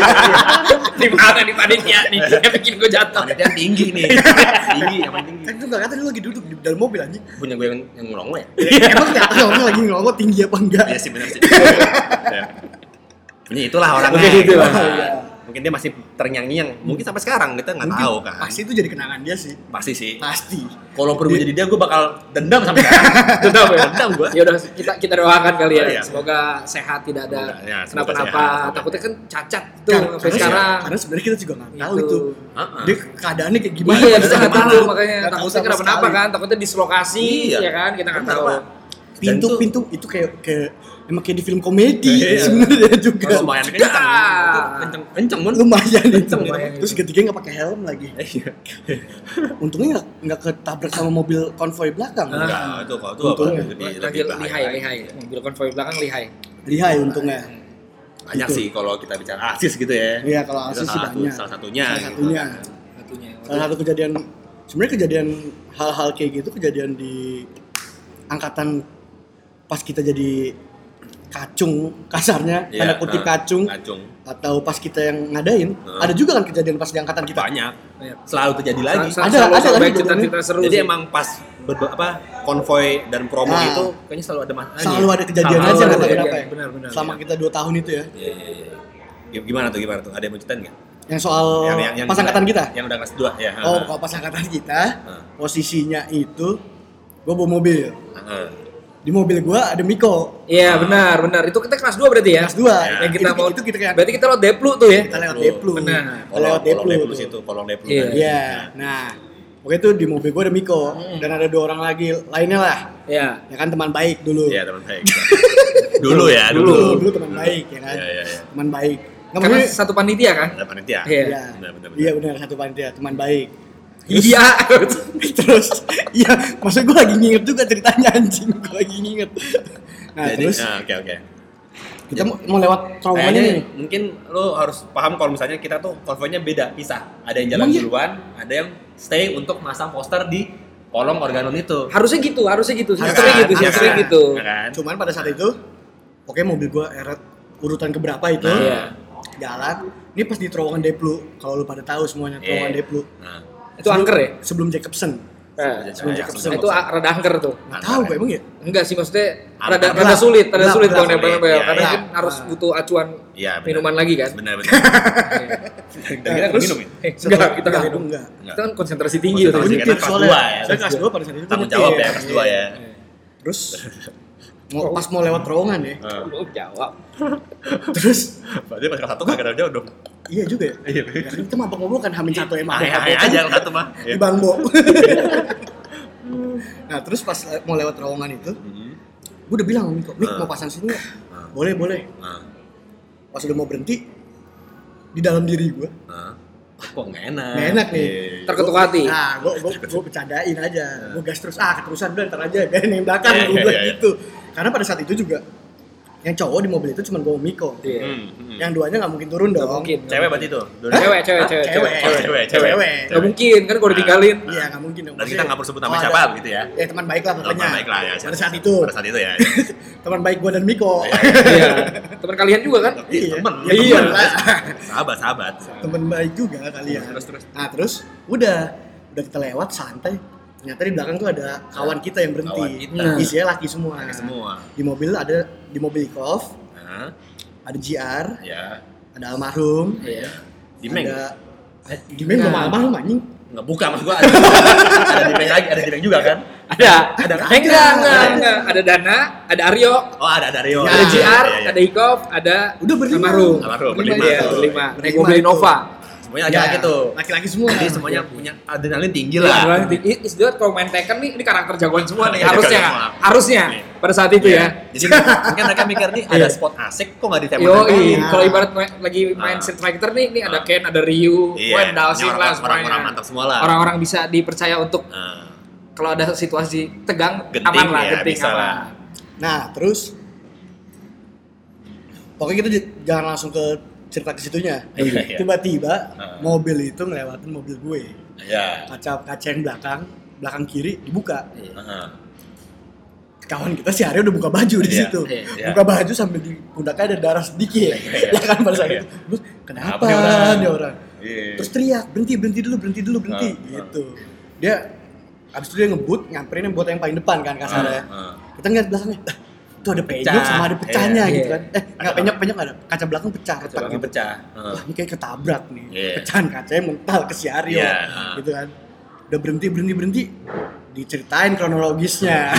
S2: Di mana di panitia nih yang bikin gue jatuh.
S1: Panitia tinggi nih, tinggi yang paling tinggi.
S3: Kan lu nggak kata lu lagi duduk di dalam mobil anjing.
S1: Punya gue yang ngelongo ya?
S3: Emang kelihatan orang lagi ngomong tinggi apa enggak?
S1: Iya sih benar sih. Ya. Ini itulah orangnya.
S2: Mungkin itu lah.
S1: Mungkin dia masih terngiang-ngiang. Mungkin sampai sekarang kita nggak tahu kan.
S3: Pasti itu jadi kenangan dia sih.
S1: Pasti sih.
S3: Pasti.
S1: Kalau perlu jadi dia, gue bakal dendam sampai sekarang.
S2: Dendam ya.
S1: Dendam gue.
S2: Ya udah kita doakan kali ya.
S1: Oh, iya.
S2: Semoga sehat tidak ada
S1: Semoga, ya, semoga
S2: kenapa-napa.
S1: sehat.
S2: Takutnya kan cacat tuh sampai sekarang.
S3: Karena sebenarnya kita juga nggak tahu
S2: Itu.
S3: itu. Dia keadaannya kayak gimana.
S2: Iya,
S3: pada
S2: kita
S3: saat
S2: nggak
S3: itu.
S2: tahu makanya
S3: Nggak tahu
S2: takutnya
S3: sama
S2: kenapa-napa
S3: sekali.
S2: kan, takutnya dislokasi
S1: Iya.
S2: ya kan, kita nggak tahu.
S3: Pintu itu kayak emang kayak di film komedi
S1: Iya.
S3: sebenarnya juga.
S1: Terus lumayan kenceng.
S2: Dah.
S1: Itu kenceng Mun.
S3: Lumayan itu.
S1: Kenceng gitu.
S3: Terus ketiganya nggak pakai helm lagi.
S1: Iya.
S3: Untungnya nggak ketabrak sama mobil konvoy belakang.
S1: Enggak, itu kalau itu apa?
S3: Untungnya.
S2: Lagi lihai. Mobil konvoy belakang lihai.
S3: Lihai untungnya.
S1: Banyak
S3: Gitu.
S1: sih kalau kita bicara asis gitu ya.
S3: Iya kalau
S1: Itu
S3: asis sih banyak.
S1: Salah satunya.
S3: Salah
S1: gitu.
S3: satunya.
S2: Satunya.
S3: Salah satu kejadian sebenarnya kejadian hal-hal kayak gitu kejadian di angkatan pas kita jadi kacung kasarnya
S1: Iya,
S3: tanda kutip kacung
S1: Kacung.
S3: atau pas kita yang ngadain ada juga kan kejadian pas di angkatan kita.
S1: Banyak.
S2: Banyak.
S1: Selalu terjadi lagi.
S3: Ada kan
S2: banyak
S3: kejadiannya.
S2: cerita seru.
S1: Jadi
S2: sih.
S1: emang pas konvoy dan promo
S3: Nah.
S1: itu kayaknya selalu ada masalah.
S3: Selalu ada kejadian
S2: Selalu
S3: aja
S2: ada
S3: nggak tahu
S2: kejadian,
S3: kenapa ya.
S2: benar.
S3: Selama kita 2 tahun itu ya.
S1: Iya. Gimana tuh? Ada yang mau ceritain nggak?
S3: Yang soal pas angkatan kita.
S1: Yang udah kelas 2 ya.
S3: Oh, kalau pas angkatan kita
S1: Heeh.
S3: posisinya itu gue bawa mobil
S1: Heeh.
S3: di mobil gua ada Miko.
S2: Iya, benar. Itu kita kelas 2 berarti ya?
S3: Kelas 2.
S2: Yang kita mau
S3: itu kita kayak
S2: berarti kita lewat Deplu tuh ya?
S3: kita lewat Deplu.
S2: Benar.
S3: Lewat Deplu.
S1: Kolong Deplu.
S2: Iya.
S3: Iya. Nah, oke itu di mobil gua ada Miko dan ada 2 orang lagi lainnya lah.
S2: Iya.
S3: Ya kan teman baik dulu.
S1: Iya, teman baik. Dulu
S3: Teman baik ya kan.
S1: Iya.
S3: Teman baik. Nggak
S2: Karena
S3: maksudnya-
S2: satu panitia kan?
S1: Ada panitia.
S2: Iya.
S3: Iya.
S1: Benar.
S3: Iya benar satu panitia, teman baik.
S2: Iya.
S3: Terus iya, maksud gue lagi nginget juga ceritanya anjing, gue lagi nginget. Nah,
S1: Jadi,
S3: terus
S1: oke.
S3: kita mau lewat terowongan
S1: Kayaknya
S3: ini.
S1: mungkin lo harus paham kalau misalnya kita tuh konvoynya beda, pisah. Ada yang jalan
S3: Emang iya?
S1: duluan, ada yang stay untuk masang poster di kolong organon itu.
S2: Harusnya gitu.
S3: Harusnya
S2: Sering gitu.
S1: Ya kan?
S3: Cuman pada saat itu, oke mobil gue urutan keberapa itu,
S2: Iya.
S3: jalan. Ini pas di terowongan Deplu, kalau lu pada tahu semuanya terowongan
S1: Iya.
S3: Deplu.
S1: Nah,
S2: Itu angker ya?
S3: Sebelum Jacobson.
S2: Sebelum
S1: ya,
S2: Jacobson. Itu rada angker tuh.
S3: Nggak tahu gue emang ya.
S2: Enggak sih, maksudnya
S1: Angker.
S2: rada sulit
S3: Gelap,
S2: kalau
S3: gelap,
S2: nempel-nempel
S1: iya,
S2: karena
S3: iya.
S2: kan harus butuh acuan
S1: Iya, benar.
S2: minuman lagi kan.
S1: Benar. Dan kita
S3: Terus-
S1: minum ya?
S2: Enggak, kita nggak minum.
S3: enggak.
S2: Kita kan konsentrasi tinggi
S1: Konsentrasi.
S2: tuh.
S3: Gue nyetir
S1: kelas
S3: soalnya.
S1: dua ya.
S3: Saya kelas 2 pada saat itu.
S1: Tanggung
S3: nyetir.
S1: jawab ya kelas 2 ya.
S3: Terus pas mau lewat terowongan ya.
S2: Lu jawab.
S3: Terus
S1: Berarti pas kelas 1 kagak ada jauh dong.
S3: iya juga ya.
S1: Iya.
S3: Ya kan kita mabok-mabok kan Hamin 1 yang
S1: Aja
S3: mabok-mabok
S1: kelas 1 mah.
S3: di Bangbo. Nah terus pas mau lewat terowongan itu, gue udah bilang sama Miko, Mik mau pasang sini nggak? Boleh.
S1: Nah,
S3: Pas udah mau berhenti, di dalam diri gue,
S1: kok nggak enak.
S3: nggak enak nih.
S1: Iya.
S2: Terketuk hati.
S3: Nah, gue bercandain aja, gue gas terus, keterusan udah ntar aja, gak yang belakang,
S1: Iya,
S3: gue bilang
S1: iya.
S3: gitu. Karena pada saat itu juga, yang cowok di mobil itu cuma gue sama Miko.
S2: Iya.
S3: Yang duanya nggak mungkin turun dong.
S2: Mungkin.
S1: Cewek berarti tuh.
S2: Cewek.
S1: Cewek.
S2: Gak mungkin kan kalau ditinggalin.
S3: Iya nggak mungkin dong.
S1: Dan kita nggak perlu sebut nama
S3: Oh,
S1: siapa
S3: ada-
S1: gitu ya.
S3: Ya teman baik lah pokoknya.
S1: Teman baik lah ya.
S3: Pada saat itu.
S1: Pada saat itu ya.
S3: Teman baik gue dan Miko.
S2: Iya. Teman kalian juga kan?
S3: Iya.
S1: Temen.
S3: Ya, temen lah.
S1: Sahabat.
S3: Temen baik juga kalian.
S1: Terus.
S3: Nah terus udah kita lewat santai. Ternyata di belakang tuh ada kawan kita yang berhenti.
S1: Kawan kita.
S2: Nah.
S3: Isinya laki semua.
S1: Semua.
S3: Di mobil Ikov,
S1: Nah,
S3: ada JR,
S1: ya.
S3: ada almarhum,
S2: Iya.
S1: Dimeng.
S3: ada Dimeng belum almarhum anjing.
S1: Nggak buka maksud gua ada Dimeng lagi, ada Dimeng juga kan?
S2: Ada. Enggak. Ada Dana, ada Aryo,
S1: Oh, ada Dario.
S3: Ya.
S2: ada JR,
S1: Iya.
S2: ada Ikov, ada
S3: Udah berlima.
S1: Almarhum,
S3: Berlima.
S1: berlima.
S2: Iya, berlima.
S3: Berlima
S2: Naik mobil
S3: tuh.
S2: Innova.
S1: Semuanya laki-laki
S3: Ya,
S1: tuh.
S3: Laki-laki semua.
S1: Jadi semuanya punya adrenalin tinggi
S2: Iya,
S1: lah.
S2: istilah kalau main Tekken nih, ini karakter jagoan semua nih.
S1: Iya,
S2: Harusnya,
S1: semua.
S2: harusnya
S1: Iya.
S2: pada saat itu ya.
S1: Jadi mungkin mereka mikir nih ada spot asik kok nggak ditembak.
S2: Yoi,
S3: Nah.
S2: kalau ibarat lagi main Street Fighter nih, ini ada Ken, ada Ryu,
S1: Iya,
S2: Dalsin
S1: ini
S2: lah
S1: orang-orang
S2: semuanya.
S1: mantap semua lah.
S2: Orang-orang bisa dipercaya untuk
S1: Nah,
S2: kalau ada situasi tegang,
S1: Genting
S2: aman lah,
S1: ya,
S2: genting
S1: bisa
S2: aman.
S1: lah.
S3: Nah terus pokoknya kita jangan langsung ke cerita ke situnya.
S1: Iya.
S3: Tiba-tiba mobil itu ngelewatin mobil gue.
S1: ya.
S3: Kaca yang belakang kiri dibuka.
S1: Heeh.
S3: Kawan kita si Aryo udah buka baju di
S1: Iya,
S3: situ.
S1: iya.
S3: Buka baju sambil di pundaknya ada darah sedikit.
S1: Iya.
S3: Ya kan pada saat
S1: Iya.
S3: itu. Terus kenapa
S1: Apa nih orang?
S3: nih orang?
S1: Iya.
S3: Terus teriak, berhenti dulu gitu. Dia abis itu dia ngebut, nyamperin yang buat yang paling depan kan kasarnya. Kita ngeliat belakangnya, itu ada penyok
S1: Pecah.
S3: sama ada pecahnya
S2: Iya,
S3: gitu
S2: iya.
S3: kan. Nggak penyok nggak ada, kaca belakang pecah, retak
S1: Belakang
S3: gitu.
S1: pecah.
S3: Wah ini kayak ketabrak nih,
S1: Iya.
S3: pecahan kacanya mental ke si Aryo,
S1: Iya,
S3: gitu kan. Udah berhenti, diceritain kronologisnya.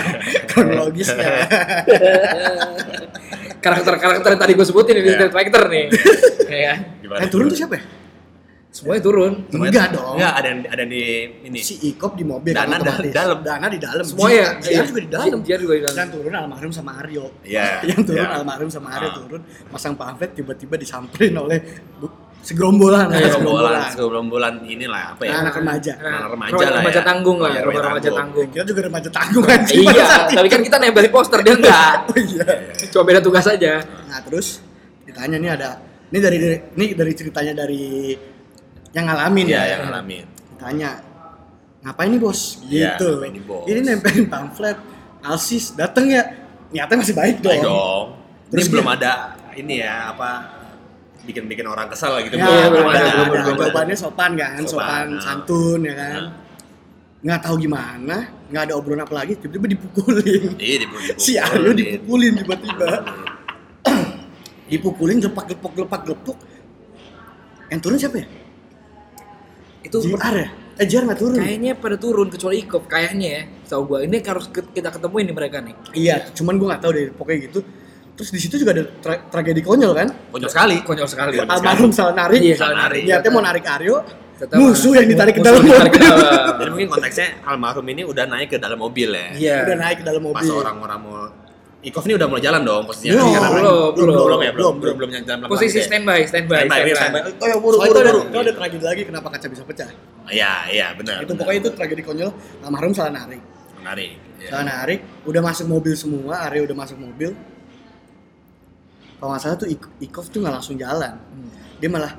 S2: Karakter-karakter yang tadi gue sebutin di
S1: Iya.
S2: Street Fighter nih. Ya kan?
S1: Gimana?
S3: Yang turun tuh siapa ya?
S2: Semuanya turun.
S3: Enggak dong.
S1: Enggak, ada di ini.
S3: Si Ikop di mobil
S1: Dana
S3: kan otomatis.
S1: di dalam.
S3: Dana di dalam.
S2: Semuanya.
S3: Jiar juga di dalam.
S2: Jiar juga di dalam.
S3: Yang turun almarhum sama Aryo.
S1: Iya.
S3: Yang turun
S1: Iya.
S3: almarhum sama Aryo turun, masang pamflet tiba-tiba disamperin oleh segerombolan.
S1: Segerombolan inilah apa ya?
S3: Anak remaja.
S1: Anak remaja lah
S2: Remaja
S1: ya.
S2: tanggung lah,
S1: Iya,
S2: remaja tanggung.
S3: Kita juga remaja tanggung kan.
S2: Iya, tapi kan kita nempelin poster dia enggak.
S3: Oh iya.
S2: Cuma beda tugas aja.
S3: Nah, terus ditanya nih ada dari ceritanya dari yang ngalamin
S1: Iya,
S3: ya.
S1: yang ngalamin.
S3: Ditanya, ngapain nih bos?
S1: Iya,
S3: Gitu.
S1: ngapain nih, bos?
S3: Ini nempelin pamflet, Alsis dateng ya. Niatnya masih baik dong.
S1: Baik dong.
S3: Terus
S1: Ini belum
S3: dia-
S1: ada ini ya apa bikin orang kesel gitu.
S3: Ya,
S2: belum ada.
S3: Jawabannya sopan kan, sopan
S1: Sopan.
S3: santun ya kan. Nggak tahu gimana, nggak ada obrolan apa lagi, tiba-tiba dipukulin.
S1: Iya, dipukulin.
S3: Si Aryo dipukulin tiba-tiba. Dipukulin gelepak-glepok. Yang turun siapa ya?
S2: Itu
S3: JR ya? JR nggak turun.
S2: Kayaknya pada turun kecuali Ikop kayaknya ya. Tahu gua ini harus kita ketemuin nih mereka nih.
S3: Iya, cuman gue nggak tahu deh pokoknya gitu. Terus di situ juga ada tragedi konyol kan?
S1: Konyol sekali.
S2: Konyol sekali.
S3: Almarhum salah narik.
S2: Iya,
S1: salah narik.
S3: Niatnya mau narik Aryo.
S2: Tetap
S3: Musuh yang ditarik ke
S2: musuh
S3: dalam
S2: ditarik ke
S3: mobil.
S2: dalam.
S1: Jadi mungkin konteksnya almarhum ini udah naik ke dalam mobil ya.
S2: Iya.
S3: Udah naik ke dalam
S1: Pas
S3: mobil.
S1: orang-orang mau Ikov ini udah mulai jalan dong posisinya.
S3: Belum,
S1: Karena
S3: belum
S1: yang jalan pelan-pelan
S2: Posisi
S1: gitu ya.
S2: standby.
S1: Standby. Oh ya
S3: Soalnya itu ada tragedi lagi kenapa kaca bisa pecah.
S1: Iya benar.
S3: Itu pokoknya itu tragedi konyol. Almarhum salah narik.
S1: menarik. Ya.
S3: Salah narik, udah masuk mobil semua, Aryo udah masuk mobil. Kalau nggak salah tuh Ikov tuh nggak langsung jalan. Dia malah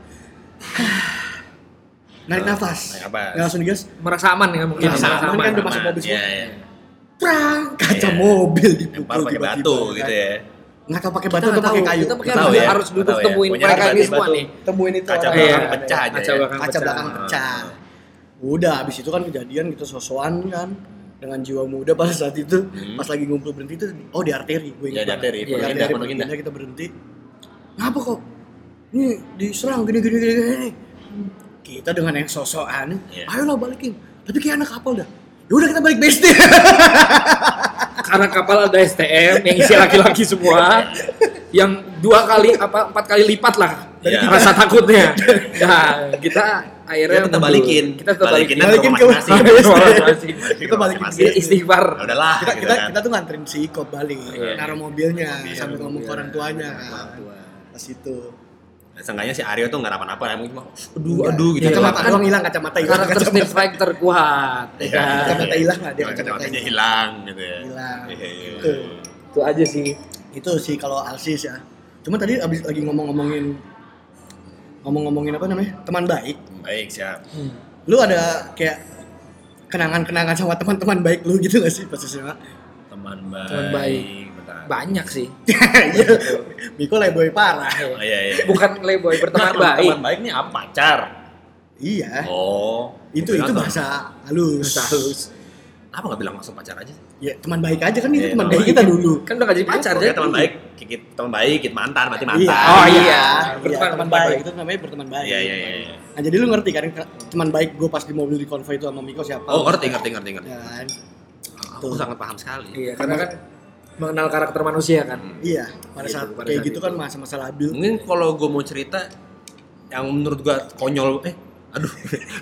S3: narik nafas. Nggak langsung digas.
S2: Merasa aman ya mungkin.
S3: Merasa
S2: Merasa
S3: aman kan udah masuk mobil semua.
S1: Iya.
S3: Prang, kaca
S1: Iya.
S3: mobil
S1: Lempar
S3: dipukul
S1: pakai
S3: tiba-tiba,
S1: batu
S3: kan.
S1: gitu ya.
S3: Nggak tahu pakai
S2: Kita
S3: batu atau
S2: nggak
S3: pakai
S2: tahu.
S3: kayu.
S2: Kita pakai
S1: Tahu ya,
S2: harus duduk
S1: tahu ya.
S2: temuin
S1: Punya
S2: mereka ini
S1: tiba-tiba
S2: semua
S1: tuh.
S2: nih.
S3: Temuin itu
S1: Kaca
S3: orang.
S1: belakang
S2: Iya,
S1: pecah aja.
S2: kaca
S1: ya.
S2: belakang
S3: Kaca
S2: pecah.
S3: belakang pecah. Udah habis itu kan kejadian gitu sosokan kan dengan jiwa muda pada saat itu pas lagi ngumpul berhenti itu di arteri gue
S1: Ya, di arteri.
S3: Di
S1: Pondok Indah, Pondok Indah.
S3: kita berhenti. Ngapa kok? Nih diserang gini. Kita dengan yang sosokan,
S1: Iya.
S3: ayolah balikin. Tapi kayak anak kapal dah. Ya udah kita balik BSD.
S2: Karena kapal ada STM yang isi laki-laki semua, yang 4 kali lipat lah dari
S1: Iya.
S2: rasa takutnya. Nah, kita akhirnya
S1: Kita balikin.
S2: Kita tetap balikin.
S3: Balikin ke
S2: masing-masing.
S3: Kita balikin
S1: masing-masing.
S2: Jadi istighfar.
S1: Ya udahlah.
S3: kita,
S1: gitu
S3: kita,
S1: kan.
S3: kita tuh nganterin si Ikop balik,
S1: Iya.
S3: naruh mobilnya
S1: Mobil,
S3: sambil ngomong ke orang tuanya kan. Pas itu.
S1: Nah, seenggaknya si Aryo tuh nggak apa-apa ya, mungkin
S3: Enggak.
S1: aduh gitu.
S2: Iya,
S3: Kacamata
S2: kan-
S3: doang hilang, kacamata hilang.
S2: Karakter Street Fighter kuat. Ya
S1: Iya.
S2: kan?
S3: Kacamata hilang lah dia.
S1: Kacamatanya hilang gitu ya.
S3: Hilang.
S1: Iya.
S3: Gitu.
S2: Itu aja sih.
S3: Itu sih kalau Alsis ya. Cuma tadi abis lagi ngomongin apa namanya? Teman baik.
S1: Baik, siap.
S3: Lu ada kayak kenangan-kenangan sama teman-teman baik lu gitu gak sih pas SMA?
S1: Teman
S2: Teman baik.
S1: Bentar.
S2: Banyak sih.
S3: Iya. Miko playboy parah.
S1: Oh iya.
S2: Bukan playboy, berteman baik.
S1: Teman baik nih apa? Pacar.
S3: Iya.
S1: Oh.
S3: Itu bahasa halus.
S2: Bahasa halus.
S1: Apa nggak bilang langsung pacar aja?
S3: Ya teman baik aja kan itu
S1: Iya,
S3: teman
S1: teman
S3: baik kita dulu.
S2: Kan udah gak jadi pacar
S1: Pokoknya
S2: jadi.
S1: teman baik, teman baik, mantan, berarti mantan.
S3: Iya.
S2: Oh, iya.
S3: Iya,
S2: Berteman
S3: teman
S2: baik.
S3: baik itu namanya berteman baik.
S1: Iya.
S3: Nah jadi lu ngerti kan teman baik gue pas di mobil di konvoy itu sama Miko siapa?
S1: Oh, ngerti.
S3: Ya kan?
S1: Aku sangat paham sekali.
S2: Iya, karena kan mengenal karakter manusia kan.
S3: Iya, pada
S2: Gitu,
S3: saat
S2: pada
S3: kayak
S2: saat
S3: gitu
S2: itu.
S3: kan masa-masa labil.
S1: Mungkin kalau gue mau cerita yang menurut gue konyol, aduh.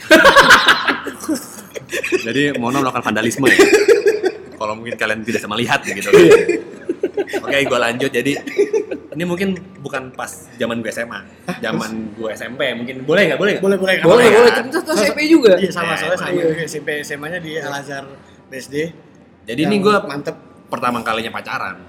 S1: Jadi mohon maaf melakukan vandalisme ya. Kalau mungkin kalian tidak bisa melihat ya gitu. Oke, gue lanjut. Jadi ini mungkin bukan pas zaman gue SMA, zaman gue SMP mungkin. Boleh nggak?
S3: Boleh.
S2: Boleh,
S1: kan?
S2: boleh. Kita tuh SMP juga.
S3: Iya sama, soalnya sama
S2: Iya.
S3: juga SMP SMA-nya di Al Azhar BSD.
S1: Jadi ini gue
S3: mantep.
S1: pertama kalinya pacaran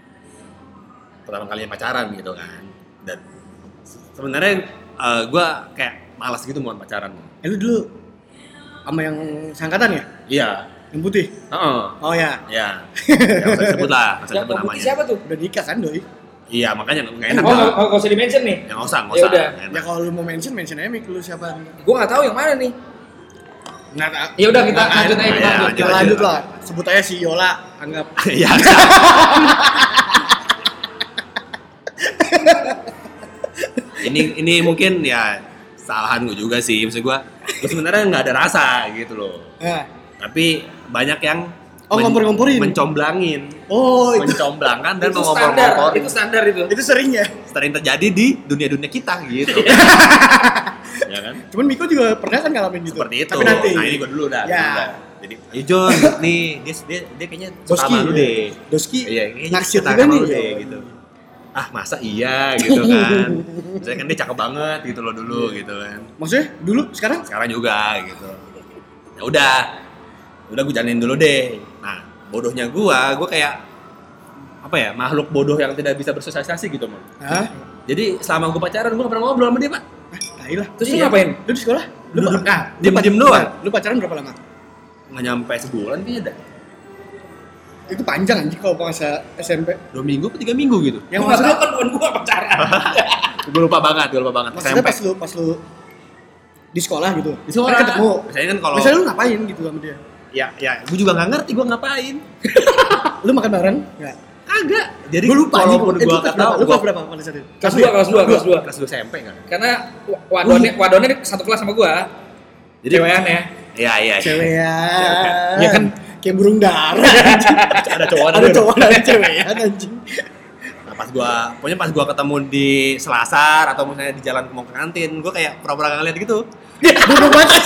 S1: gitu kan. Dan sebenarnya gue kayak malas gitu mau pacaran.
S3: Lu dulu sama yang sangkatan ya?
S1: Iya.
S3: Yang putih?
S1: Heeh.
S3: Oh ya,
S1: Ya. Nggak usah disebut lah, nggak usah
S2: Yang
S1: disebut
S2: putih
S1: namanya.
S2: siapa tuh?
S3: udah nikah kan doi?
S1: Iya, makanya nggak enak.
S2: Oh,
S1: Bang.
S2: nggak usah di-mention nih.
S1: Ya nggak usah.
S2: Ya udah.
S1: nggak
S3: Ya
S1: enak.
S3: kalau lu mau mention aja Mik, lu siapa?
S2: Gua nggak tahu yang mana nih.
S3: Nggak tahu.
S2: Ya udah kita lanjut aja, kita
S1: Ya,
S2: lanjut.
S3: Kita lanjut lah, sebut aja si Yola, anggap.
S1: Iya. ini mungkin ya kesalahan gue juga sih. Maksud gue sebenarnya nggak ada rasa gitu loh.
S3: Nah.
S1: Tapi banyak yang
S3: Ngompor-ngomporin.
S1: mencomblangin,
S2: Oh,
S1: mencomblangkan dan
S2: itu standar. Itu standar itu.
S3: Itu sering ya.
S1: sering terjadi di dunia kita gitu. Ya kan?
S3: Cuman Miko juga pernah kan ngalamin gitu.
S1: Seperti itu.
S3: Tapi nanti.
S1: Nah, ini gue dulu dah.
S3: Ya.
S1: Dulu dah. Jadi, ayo John, nih dia kayaknya suka
S3: Doski,
S1: sama lu deh.
S3: Doski
S1: Iya, kayaknya
S3: naksir
S1: suka
S3: juga
S1: sama
S3: nih.
S1: lu deh gitu. Ah, masa iya gitu kan. Misalnya kan dia cakep banget gitu loh dulu gitu kan.
S3: Maksudnya dulu, sekarang?
S1: Sekarang juga gitu. Ya udah gue jalanin dulu deh. Nah, bodohnya gue kayak apa ya, makhluk bodoh yang tidak bisa bersosialisasi gitu, Man.
S3: Hah?
S1: Jadi selama gue pacaran gue gak pernah ngobrol sama dia, Pak.
S3: Tai lah.
S2: Terus lu
S1: Iya.
S2: ngapain?
S3: Lu di sekolah? Lu
S1: Duduk.
S3: lu
S1: Diem-diem
S3: pac-
S1: doang.
S3: Lu pacaran berapa lama?
S1: Nggak nyampe sebulan kayaknya dah.
S3: Itu panjang anjing kalau masa SMP.
S1: 2 minggu atau 3 minggu gitu.
S3: Yang
S2: Gua nggak
S3: maksudnya
S2: tahu kan bukan gua pacaran.
S1: Gue lupa banget.
S3: maksudnya
S1: SMP.
S3: pas lu di sekolah gitu.
S1: Di sekolah.
S3: Kan ketemu.
S1: Misalnya kan kalau
S3: Misalnya lu ngapain gitu sama dia?
S1: ya gue juga nggak ngerti gue ngapain.
S3: Lu makan bareng? Enggak.
S1: Kagak. Jadi
S3: Gua lupa anjing.
S1: walaupun gue
S3: Itu
S1: nggak tahu,
S3: Lu
S1: gua
S3: kelas berapa pada saat itu?
S2: Kelas 2, kelas 2.
S1: kelas 2 SMP kan.
S2: Karena wadonnya satu kelas sama gua.
S1: Jadi
S2: Cewekan ya.
S1: Iya.
S3: Cewean.
S2: Ya kan.
S3: Kayak burung dara. anjing.
S1: Ada cowok
S3: Ada cowok ada cewean anjing.
S1: Nah, pokoknya pas gua ketemu di Selasar atau misalnya di jalan mau ke kantin, gua kayak pura-pura nggak ngeliat gitu.
S3: Bodoh banget.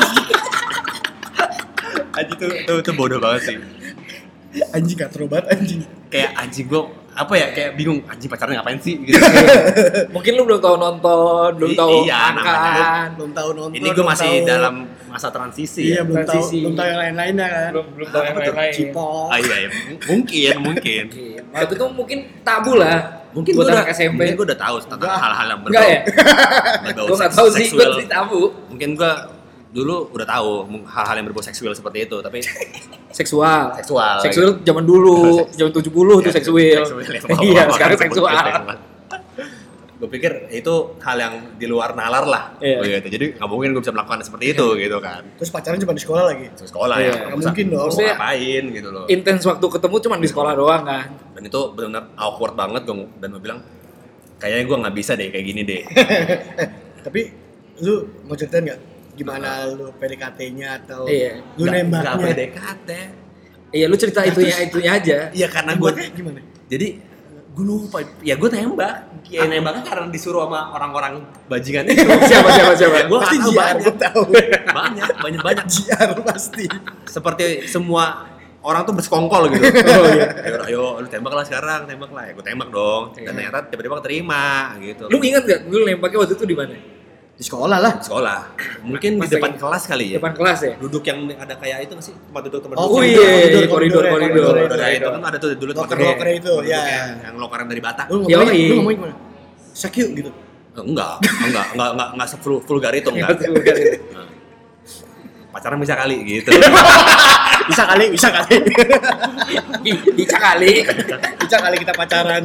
S1: Anjing tuh bodoh banget sih.
S3: Anjing katro banget anjing.
S1: Kayak anjing gua apa ya, kayak bingung anjing pacarnya ngapain sih gitu.
S2: Mungkin lu belum tahu nonton, belum tahu
S1: Iya,
S2: makan.
S3: Belum tahu nonton.
S1: Ini gua masih
S3: belum tahu-
S1: dalam masa transisi.
S3: Iya,
S1: Ya.
S3: belum tahu
S2: Transisi.
S3: yang lain-lainnya kan.
S2: Belum tahu yang
S3: Apa tuh?
S2: lain-lain.
S3: Cipok.
S1: Iya. Mungkin.
S2: Waktu itu mungkin tabu lah.
S1: Mungkin
S2: buat
S1: gua
S2: anak SMP.
S1: Mungkin gua udah tahu tentang
S3: Enggak.
S1: hal-hal yang
S2: Enggak ya?
S1: berbau
S2: Gue nggak tahu sih, gue
S1: seksual.
S2: sih tabu.
S1: Mungkin gua dulu udah tahu hal-hal yang berbau seksual seperti itu, tapi
S2: Seksual.
S1: Seksual.
S2: Zaman dulu, zaman 70 tuh seksual.
S1: ya,
S2: Iya, sekarang seksual.
S1: Gue pikir itu hal yang di luar nalar lah.
S2: Iya.
S1: Gitu. Jadi nggak mungkin gue bisa melakukan seperti itu gitu kan.
S3: Terus pacaran cuma di sekolah lagi.
S1: Terus sekolah
S2: Iya.
S1: ya.
S3: Nggak mungkin dong.
S1: Mau
S2: Maksudnya-
S1: ngapain gitu loh.
S2: Intens waktu ketemu cuma di sekolah doang kan.
S1: Dan itu benar-benar awkward banget dan gue bilang kayaknya gue nggak bisa deh kayak gini deh.
S3: Tapi lu mau ceritain nggak gimana lu PDKT-nya atau
S2: Iya.
S3: lu
S1: Nggak
S3: nembaknya?
S1: PDKT.
S2: Iya, lu cerita itunya aja.
S1: Iya karena gue
S3: Nembaknya gimana?
S1: jadi gue lupa ya gue tembak. Ya nembaknya karena disuruh sama orang-orang bajingan itu.
S2: Siapa?
S1: Gue
S3: Pasti
S1: tahu
S3: JR, gue tahu.
S1: banyak.
S3: JR pasti.
S1: Seperti semua orang tuh bersekongkol gitu.
S2: Oh iya.
S1: Ayo, lu tembak lah sekarang, tembak lah. Ya gue tembak dong. Dan ternyata tiba-tiba keterima gitu.
S2: Lu ingat gak dulu nembaknya waktu itu di mana?
S3: Di sekolah lah.
S1: Sekolah. Mungkin
S2: Pas
S1: di depan
S2: lagi-
S1: kelas kali ya.
S2: Depan kelas ya?
S1: Duduk yang ada kayak itu nggak sih? Tempat duduk
S3: Oh,
S2: iya,
S3: koridor.
S2: koridor.
S1: Nah, itu kan ada tuh dulu tempat
S3: Loker-loker
S1: duduk.
S3: itu,
S1: Tempat
S3: ya.
S1: duduk yang lokeran dari bata.
S3: Lu
S2: Yoi.
S3: ngomongin gimana? Sakit gitu.
S1: Enggak sevulgar itu enggak. Nah. Pacaran bisa kali gitu.
S3: Bisa kali.
S2: Bisa kali.
S3: Bisa kali kita pacaran.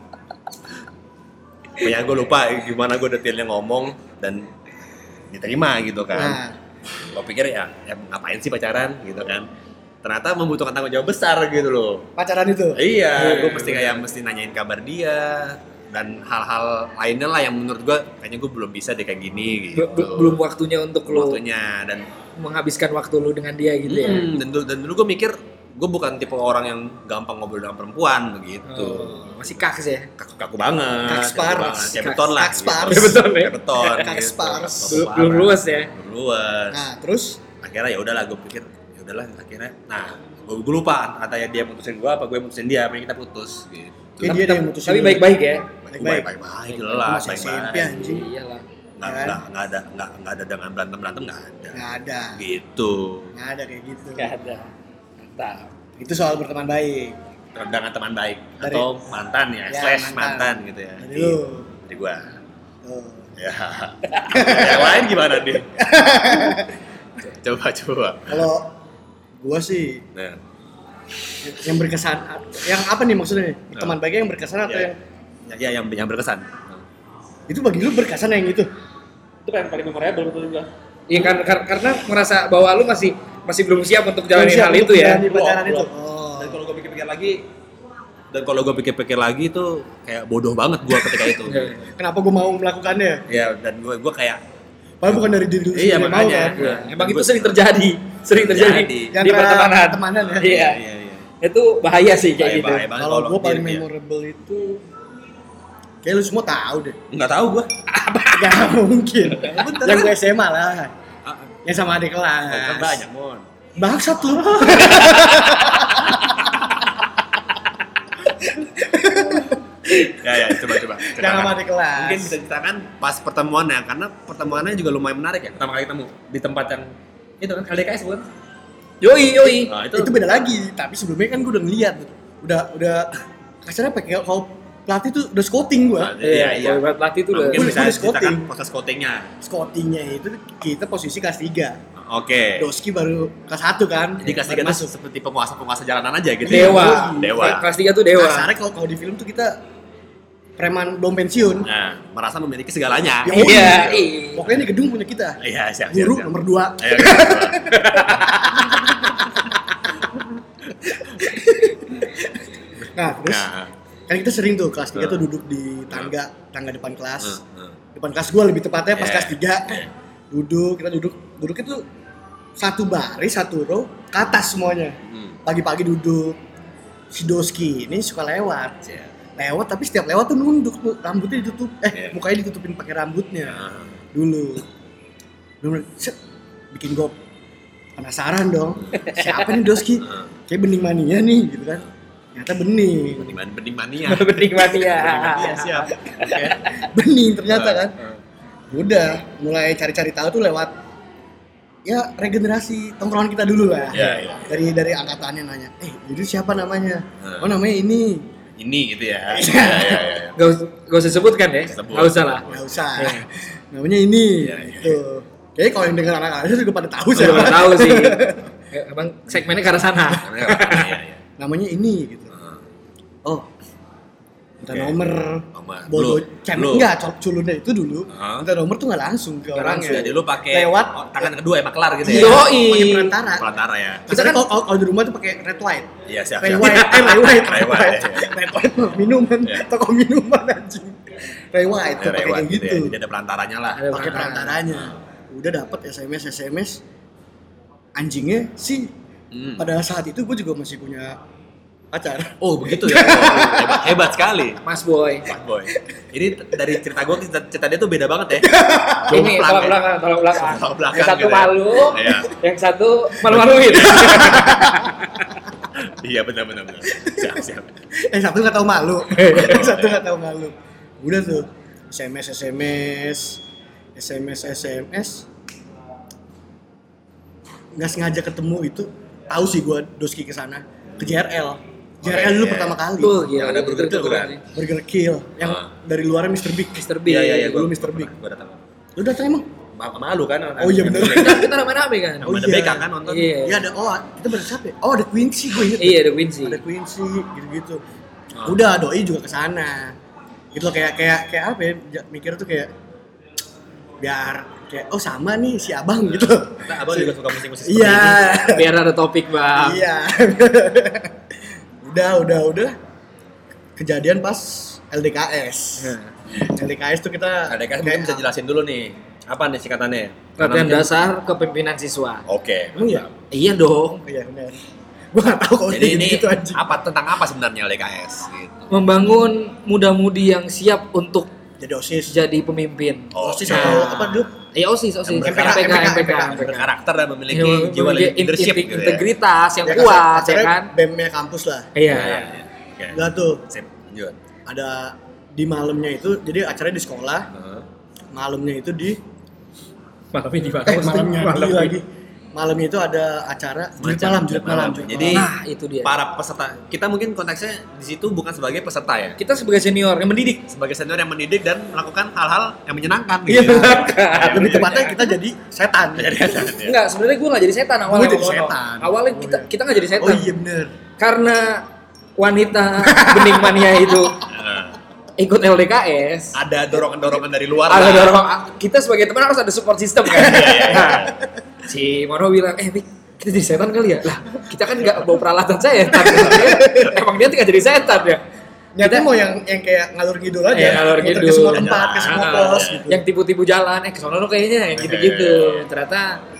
S1: Ya gue lupa gimana gue detailnya ngomong dan diterima gitu kan.
S3: Nah,
S1: Gue pikir ya ngapain sih pacaran gitu kan. Ternyata membutuhkan tanggung jawab besar gitu loh.
S3: pacaran itu.
S1: Iya, gue mesti nanyain kabar dia dan hal-hal lainnya lah yang menurut gue kayaknya gue belum bisa deh kayak gini gitu.
S2: Belum waktunya untuk lu
S1: waktunya dan
S2: menghabiskan waktu lu dengan dia gitu ya.
S1: dan dulu gue mikir gue bukan tipe orang yang gampang ngobrol dengan perempuan begitu.
S2: Masih kaks ya.
S1: Kaku banget.
S3: Kakspar.
S1: kaku banget. Kayak beton lah.
S3: Kakspar.
S1: gitu.
S2: Kayak beton ya?
S1: Kayak beton.
S3: Kakspar.
S1: Kaku
S2: Belum
S1: parah.
S2: luas ya.
S1: Belum luas.
S3: Nah, terus
S1: Akhirnya ya udahlah gue pikir ya udahlah akhirnya. Nah, gue lupa antara dia mutusin gue apa gue mutusin dia, akhirnya kita putus gitu.
S3: kayak dia yang mutusin.
S2: Tapi
S3: lu.
S2: baik-baik ya.
S3: Baik-baik.
S1: Baik lah,
S3: Masih SMP
S1: baik-baik.
S3: anjing.
S2: Iyalah.
S1: Nggak ada dengan berantem nggak ada.
S3: Nggak ada.
S1: Gitu.
S3: Nggak ada kayak gitu.
S2: Gak ada. Mantap.
S3: Itu soal berteman baik.
S1: Dengan teman baik
S3: Dari-
S1: atau mantan ya,
S3: Ya,
S1: slash
S3: mantan.
S1: mantan gitu ya.
S3: Dari lu.
S1: Dari gua.
S3: Oh.
S1: Ya. Yang lain gimana nih? Coba.
S3: Kalau gua sih
S1: Nah,
S3: yang berkesan, yang apa nih maksudnya nih? Teman baiknya yang berkesan atau
S1: ya.
S3: yang
S1: yang berkesan.
S3: itu bagi lu berkesan yang itu?
S2: Itu kan paling memorable menurut gua. Iya kan karena merasa bahwa lu masih belum siap untuk jalanin
S3: Siap
S2: hal
S3: untuk
S2: itu ya.
S3: menjalani pacaran
S1: Belum.
S3: itu. Oh.
S1: Dan kalau gue pikir-pikir lagi tuh kayak bodoh banget gua ketika itu.
S3: Kenapa gua mau melakukannya?
S1: Ya dan gua kayak
S3: Padahal bukan dari diri lu
S1: Iya,
S3: sendiri yang mau
S1: makanya.
S3: kan?
S2: Iya, emang itu sering terjadi
S1: Jadi.
S2: di
S3: Antara
S2: pertemanan.
S3: temanan ya?
S2: Iya.
S1: Iya.
S2: Itu bahaya sih kayak gitu.
S1: Bahaya banget
S3: Kalau gua paling
S1: dia.
S3: memorable itu kayak lu semua tahu deh.
S1: Nggak tahu gua.
S3: Gak mungkin.
S1: Beneran.
S3: Yang gue SMA lah.
S1: Ah,
S3: Yang sama adik kelas.
S1: kan banyak, Mon.
S3: Bangsat lu.
S1: Ya, coba.
S3: Yang sama adik kelas.
S1: Mungkin bisa ceritakan pas pertemuannya, karena pertemuannya juga lumayan menarik ya. Pertama kali ketemu di tempat yang itu kan LDKS bukan?
S2: Yoi.
S1: Nah,
S3: Itu beda lagi, tapi sebelumnya kan gue udah ngeliat. Udah kasarnya pakai kalau pelatih tuh udah scouting gua.
S1: Iya.
S2: Kalau buat pelatih itu
S1: Nah,
S2: udah.
S1: mungkin
S3: Gua
S1: bisa
S3: udah
S1: ceritakan
S3: scouting.
S1: proses scoutingnya.
S3: Scoutingnya itu kita posisi kelas 3.
S1: Oke.
S3: Doski baru kelas 1 kan.
S1: Jadi kelas 3
S3: Baru
S1: itu seperti penguasa jalanan aja gitu.
S2: Dewa.
S1: Dewa.
S2: Kelas 3 tuh dewa.
S3: Kasarnya kalau di film tuh kita preman belum pensiun.
S1: Nah, merasa memiliki segalanya.
S3: Yoi.
S2: Iya.
S3: Pokoknya di gedung punya kita.
S1: Iya, siap.
S3: Guru nomor 2.
S1: Ayo,
S3: Nah, terus
S1: Nah,
S3: kan kita sering tuh kelas 3 tuh duduk di tangga depan kelas.
S1: eh.
S3: Depan kelas gua lebih tepatnya pas
S1: Iya.
S3: kelas 3. Duduk, kita duduknya tuh satu baris, satu row, ke atas semuanya. Pagi-pagi duduk. Si Doski ini suka lewat. Lewat tapi setiap lewat tuh nunduk tuh, rambutnya ditutup. Mukanya ditutupin pakai rambutnya. Dulu. Bikin gue penasaran dong. Siapa nih Doski? Kayak Bening Mania nih gitu kan. Ternyata Bening.
S1: Bening mania.
S2: Bening mania.
S1: Siap.
S3: Bening ternyata kan. Udah mulai cari-cari tahu tuh lewat ya regenerasi tongkrongan kita dulu lah.
S1: Iya.
S3: Dari angkatannya nanya, jadi siapa namanya? Oh namanya ini.
S1: Ini gitu ya. Iya.
S2: Gak usah sebutkan ya. Gak usah lah.
S3: Nggak usah. Namanya ini. Gitu. Kayaknya kalau yang dengar anak-anak juga pada tahu sih.
S2: Udah tahu sih. Emang segmennya ke arah sana.
S1: Iya.
S3: Namanya ini gitu. Oh. Minta nomor.
S1: Belum.
S3: Enggak, culunnya itu dulu. Minta nomor tuh enggak langsung ke orangnya.
S1: Jadi lu pakai
S3: lewat
S1: tangan kedua ya maklar gitu ya.
S2: Yoi.
S3: pakai perantara.
S1: Perantara ya.
S3: Kita kan kalau di rumah tuh pakai red white.
S1: Iya, siap.
S3: Red white.
S1: Red white.
S3: Red white minuman, toko minuman anjing. Red white tuh pakai kayak gitu.
S1: Jadi ada perantaranya lah.
S3: Pakai perantaranya. Udah dapat SMS. Anjingnya sih pada saat itu gue juga masih punya pacar.
S1: Oh begitu ya. Hebat sekali.
S2: Mas Boy.
S1: Ini dari cerita gue, cerita dia tuh beda banget ya.
S2: Ini tolong belakang. Yang satu malu, yang satu malu-maluin.
S1: Iya benar. Siap.
S3: Yang satu nggak tahu malu. Udah tuh SMS. Nggak sengaja ketemu itu. Tahu sih gue Doski kesana ke JRL dulu pertama kali.
S1: Yang ada Burger Kill kan?
S3: Burger Kill yang dari luarnya Mr. Big.
S1: Iya,
S3: dulu Mr. Big.
S1: Gua datang.
S3: Lu datang emang?
S1: Malu kan?
S3: Oh iya benar.
S2: Kita rame-rame kan.
S1: Ada BK kan nonton?
S2: Iya.
S3: Iya ada. Kita pada siapa ya? Oh ada Quincy gue inget.
S2: Iya ada Quincy.
S3: Ada Quincy gitu-gitu. Udah doi juga kesana. Gitu loh kayak apa ya? Mikir tuh kayak biar kayak sama nih si abang gitu.
S1: Nah, abang juga suka musik-musik seperti
S3: iya.
S1: ini.
S2: Biar ada topik bang.
S3: Iya. udah. Kejadian pas LDKS. LDKS tuh kita.
S1: LDKS mungkin bisa jelasin dulu nih. Apa nih singkatannya?
S2: Latihan dasar kepemimpinan siswa.
S1: Oke.
S3: Emang iya?
S2: Iya dong.
S3: Iya benar. Gua nggak tahu kalau
S1: Jadi ini
S3: gitu anjing.
S1: tentang apa sebenarnya LDKS? Gitu.
S2: Membangun muda-mudi yang siap untuk
S3: Jadi OSIS.
S2: jadi pemimpin.
S3: OSIS atau apa dulu?
S2: Iya OSIS.
S3: MPK.
S1: Berkarakter dan memiliki jiwa leadership gitu ya.
S2: Integritas yang kuat ya kan.
S3: BEM-nya kampus lah.
S2: Iya.
S3: Enggak tuh.
S1: Sip, lanjut.
S3: Ada di malamnya itu, jadi acaranya di sekolah. Malamnya itu di
S2: Malamnya di mana?
S3: Malamnya itu ada acara julid malam.
S1: Jadi
S2: itu dia.
S1: para peserta, kita mungkin konteksnya di situ bukan sebagai peserta ya.
S2: Kita sebagai senior yang mendidik.
S1: Sebagai senior yang mendidik dan melakukan hal-hal yang menyenangkan
S3: Iya,
S1: gitu.
S3: lebih tepatnya kita jadi setan.
S2: Enggak, sebenarnya gue nggak jadi setan awalnya.
S3: Jadi setan.
S2: Awalnya kita nggak jadi setan.
S3: Oh iya bener.
S2: Karena wanita Bening Mania itu ikut LDKS.
S1: Ada dorongan-dorongan dari luar.
S2: Ada
S1: lah.
S2: dorongan. Kita sebagai teman harus ada support system kan. Nah, si Mono bilang, Vic, kita jadi setan kali ya? Lah, kita kan nggak bawa peralatan setan. Emang dia nggak jadi setan ya?
S3: Nyata mau yang kayak ngalur ngidul aja.
S2: Iya, ngalur
S3: muter
S2: ngidul.
S3: ke semua tempat, ke semua pos gitu.
S2: Yang tipu-tipu jalan, ke sono lo kayaknya, yang gitu-gitu. Ternyata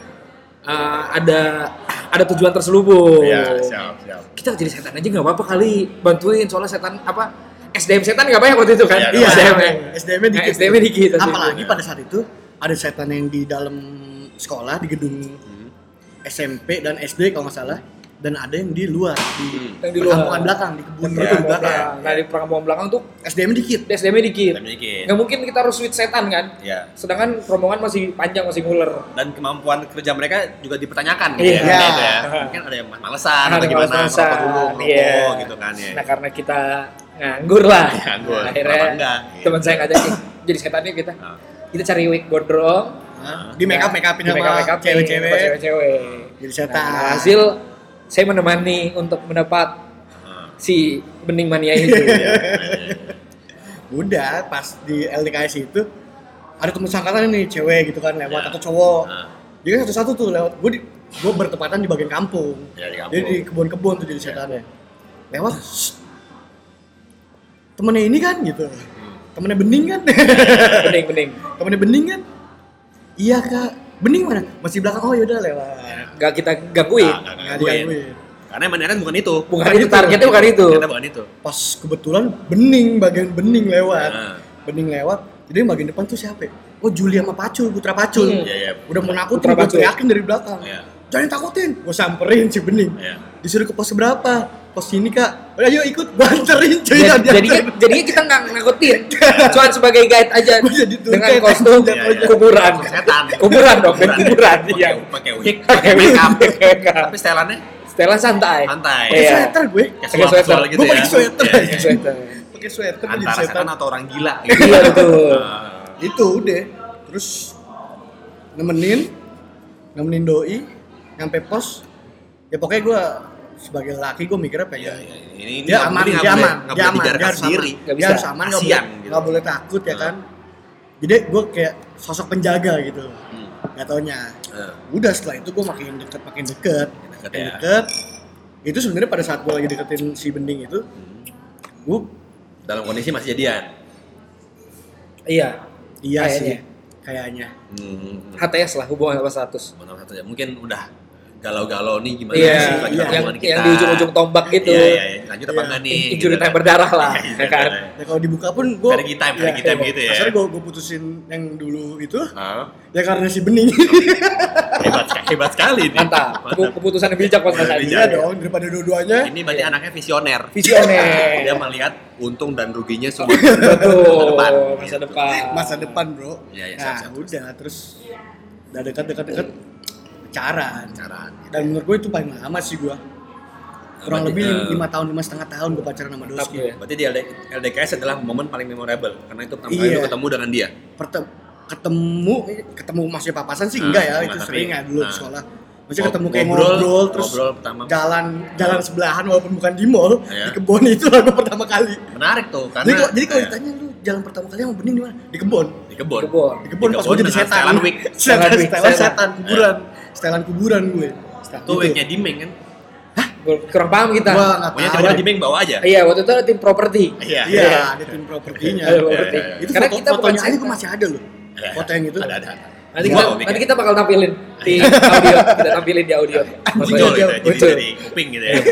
S2: ada tujuan terselubung.
S1: Iya, siap.
S2: Kita jadi setan aja nggak apa-apa kali, bantuin soalnya setan apa? SDM setan nggak banyak waktu itu kan?
S1: Iya,
S3: SDM-nya dikit.
S2: SDM-nya dikit.
S3: Apalagi pada saat itu ada setan yang di dalam sekolah di gedung SMP dan SD kalau nggak salah, dan ada yang di luar di perkampungan belakang di kebun itu di belakang.
S2: Nah di perkampungan belakang tuh
S3: SDM dikit.
S2: Nggak mungkin kita harus switch setan kan?
S1: Iya.
S2: Sedangkan rombongan masih panjang, masih nguler.
S1: Dan kemampuan kerja mereka juga dipertanyakan
S2: Iya.
S1: gitu ya. Mungkin ada yang malesan atau gimana, merokok gitu kan ya.
S2: Nah karena kita nganggur lah.
S1: Nganggur, kenapa
S2: Akhirnya
S1: enggak?
S2: teman saya ngajakin jadi setannya kita. Kita cari wig gondrong.
S3: Di make upin sama cewek-cewek. Jadi setan.
S2: Nah, hasil saya menemani untuk mendapat si Bening Mania itu.
S3: Udah pas di LDKS itu ada temen sangkatan nih cewek gitu kan lewat atau cowok. Dia kan satu-satu tuh lewat. Gue bertepatan di bagian kampung.
S1: Ya, di kampung.
S3: Jadi di kebun-kebun tuh jadi setannya. Lewat. Temennya ini kan gitu. Temennya Bening kan?
S2: Bening.
S3: Temennya Bening kan? Iya kak. Bening mana? Masih belakang. Oh yaudah lewat.
S2: Gak kita gangguin.
S3: Nggak digangguin.
S1: Karena emang niatnya bukan itu.
S2: Bukan itu targetnya, bukan itu.
S1: Ternyata bukan itu.
S3: Pas kebetulan bagian bening lewat.
S1: Nah.
S3: Bening lewat. Jadi yang bagian depan tuh siapa? Oh Juli sama Pacul, Putra Pacul.
S1: Iya.
S3: Udah mau nakutin,
S2: Putra
S3: gue
S2: Pacul.
S3: teriakin dari belakang.
S1: Iya.
S3: Jangan takutin. Gue samperin si Bening.
S1: Iya.
S3: Disuruh ke pos berapa? Pos sini kak. Ayo ikut, gue anterin cuy.
S2: Jadinya kita nggak nakutin, cuma sebagai guide aja
S3: Gua jadi tour
S2: dengan
S3: guide.
S2: kostum
S1: Iya.
S2: kuburan.
S1: Setan.
S2: Kuburan dong, dan kuburan. Iya.
S1: Pakai wig, pakai makeup. Tapi setelannya
S2: Setelah santai.
S1: santai.
S3: Pakai
S2: Iya.
S3: sweater gue.
S1: Casual
S2: sweater.
S1: casual gitu
S3: Gue
S1: ya.
S3: pakai sweater.
S1: Iya, iya.
S2: Sweater.
S3: Pakai sweater gue jadi
S1: Antara
S3: setan.
S1: setan atau orang gila gitu.
S2: Iya betul.
S3: Itu udah. Terus nemenin doi nyampe pos. Ya pokoknya gue sebagai laki gue mikirnya
S1: Iya,
S3: pengen
S1: iya. Ini
S3: dia aman,
S1: ini
S3: dia aman,
S1: nggak
S3: dia
S1: boleh
S3: aman,
S1: dibiarkan
S3: dia harus
S1: sendiri.
S3: aman,
S2: Nggak
S3: dia
S2: bisa.
S3: harus aman,
S1: Kasian gitu.
S3: nggak boleh takut ya kan. Jadi gue kayak sosok penjaga gitu, nggak taunya. Udah setelah itu gue makin deket,
S1: ya.
S3: Itu sebenarnya pada saat gue lagi deketin si Bening itu, gue
S1: Dalam kondisi masih jadian.
S2: Iya.
S3: iya
S2: Kayaknya.
S3: sih, kayaknya.
S2: HTS lah, hubungan apa status.
S1: Mana satu ya. Mungkin udah galau-galau nih gimana
S2: Iya,
S1: sih lanjut
S2: yang
S1: hubungan kita.
S2: yang di ujung-ujung tombak gitu.
S1: Iya. Lanjut apa
S3: Iya.
S1: enggak nih?
S2: Injury
S1: gitu
S2: time
S1: kan.
S2: berdarah lah,
S1: Iya,
S2: ya kan.
S3: Ya kalau dibuka pun gue,
S1: Karena time gitu ya.
S3: Akhirnya gue putusin yang dulu itu,
S1: Hah?
S3: ya karena si Bening.
S1: Hebat sekali nih.
S2: Mantap. Keputusan yang bijak Mas Hasan.
S1: Bijak.
S3: Iya dong, daripada dua-duanya.
S1: Ini berarti anaknya visioner.
S2: Visioner.
S1: Dia melihat untung dan ruginya semua.
S2: Betul.
S1: Masa depan.
S2: Masa depan.
S3: Masa depan bro.
S1: Iya,
S3: Nah
S1: siap.
S3: udah terus udah dekat pacaran.
S1: Pacaran.
S3: Dan menurut gue itu paling lama sih gue. Kurang
S1: Berarti,
S3: lebih 5,5 tahun gue pacaran sama
S2: Mantap
S3: Doski.
S2: ya.
S1: Berarti di LDKS adalah momen paling memorable karena itu pertama kali
S3: Iya.
S1: lu ketemu dengan dia.
S3: Ketemu masih papasan sih enggak ya, itu
S1: tapi-
S3: sering ya dulu di sekolah. Maksudnya ketemu kayak
S1: Ngobrol
S3: ngobrol terus
S1: pertama.
S3: jalan sebelahan walaupun bukan di mall,
S1: Iya.
S3: di kebun itu lah gue pertama kali.
S1: Menarik tuh karena
S3: Jadi kalau
S1: iya,
S3: ditanya lu jalan pertama kali sama Bening di mana? Di kebun.
S1: di kebun.
S2: Kebun.
S3: Di kebun pas gue jadi
S1: dengan
S3: setan.
S1: setelan wig.
S2: Setelan wig.
S3: Setelan kuburan. Setelan kuburan gue.
S1: Tuh wignya Dimeng kan.
S2: Kurang paham kita.
S3: Gua enggak
S1: Pokoknya
S3: tahu.
S1: tiba-tiba Dimeng bawa aja.
S2: Iya, waktu itu ada tim properti.
S1: Iya.
S3: Iya, ada tim propertinya.
S2: Ada properti.
S1: Iya, iya.
S3: Itu
S2: Karena
S3: foto,
S2: kita bukan
S3: fotonya aja
S2: setan.
S3: gue masih ada loh.
S1: Iya.
S3: Foto yang itu.
S1: Ada.
S2: Nanti
S1: Wow,
S2: kita, nanti kita bakal tampilin di audio, kita tampilin di audio.
S3: Anjing,
S1: Muncul
S3: iya,
S1: gitu ya, jadi
S2: muncul.
S1: dari kuping gitu ya.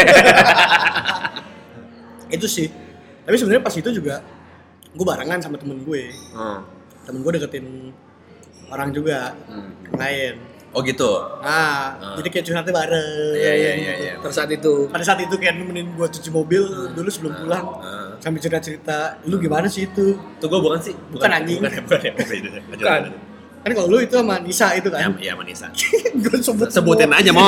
S3: Itu sih. Tapi sebenarnya pas itu juga gue barengan sama temen gue. Temen gue deketin orang juga yang lain.
S1: Oh gitu.
S3: Nah, jadi kayak curhatnya bareng.
S1: Iya.
S2: Terus saat itu
S3: Pada saat itu kayak nemenin gue cuci mobil dulu sebelum pulang. Sambil cerita-cerita, lu gimana sih itu?
S1: Tuh gue bukan sih.
S3: Bukan anjing.
S1: Bukan ya.
S2: Bukan.
S3: Kan kalau lu itu sama Nisa itu kan?
S1: Iya, Manisa.
S3: Gue
S1: Sebutin aja, Mon.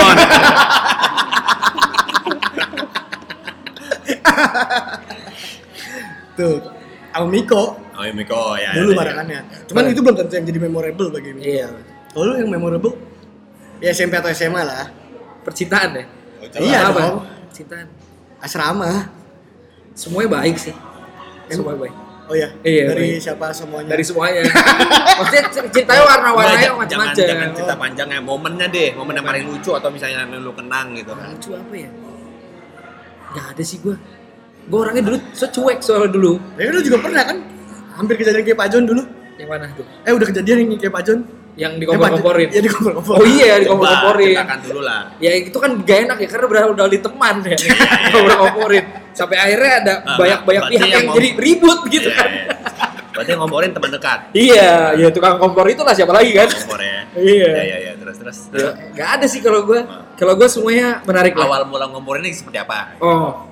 S3: Tuh, sama Miko.
S1: Oh, iya, Miko ya.
S3: Dulu
S1: ya,
S3: barengannya. Cuman itu belum tentu yang jadi memorable bagi Miko.
S2: iya,
S3: Kalau lu yang memorable, ya SMP atau SMA lah.
S2: percintaan ya.
S3: Iya
S2: Apa?
S3: dong.
S2: Percintaan.
S3: Asrama.
S2: Semuanya baik sih. Semuanya baik.
S3: Oh iya,
S2: Iya,
S3: dari
S2: baik.
S3: siapa semuanya?
S2: Dari semuanya. Maksudnya ceritanya warna-warnanya macam-macam.
S1: Jangan cerita panjangnya, momennya deh, momen yang paling lucu atau misalnya yang lu kenang gitu kan.
S2: Lucu apa ya? Gak ada sih gue. Gue orangnya dulu cuek soalnya dulu.
S3: Ya kan lu juga pernah kan? Hampir kejadian kayak Pak Jon dulu.
S2: Yang mana tuh?
S3: Udah kejadian yang kayak Pak Jon.
S2: Yang dikompor-komporin.
S3: Iya, dikompor-komporin.
S2: Oh iya, dikompor-komporin.
S1: Ceritakan dulu lah.
S2: Ya itu kan gak enak ya karena udah di teman ya. Dikompor-komporin. Sampai akhirnya ada banyak-banyak
S1: berarti
S2: pihak yang
S1: yang
S2: jadi ribut gitu
S1: Iya,
S2: kan.
S1: iya. Berarti ngomporin teman dekat.
S2: Iya, ya tukang kompor itulah siapa lagi kan?
S1: Ngompor ya.
S2: Iya.
S1: Iya, terus.
S2: Ya, gak ada sih kalau gue. Kalau gue semuanya menarik lah.
S1: Awal mula ngomporin ini seperti apa?
S2: Oh,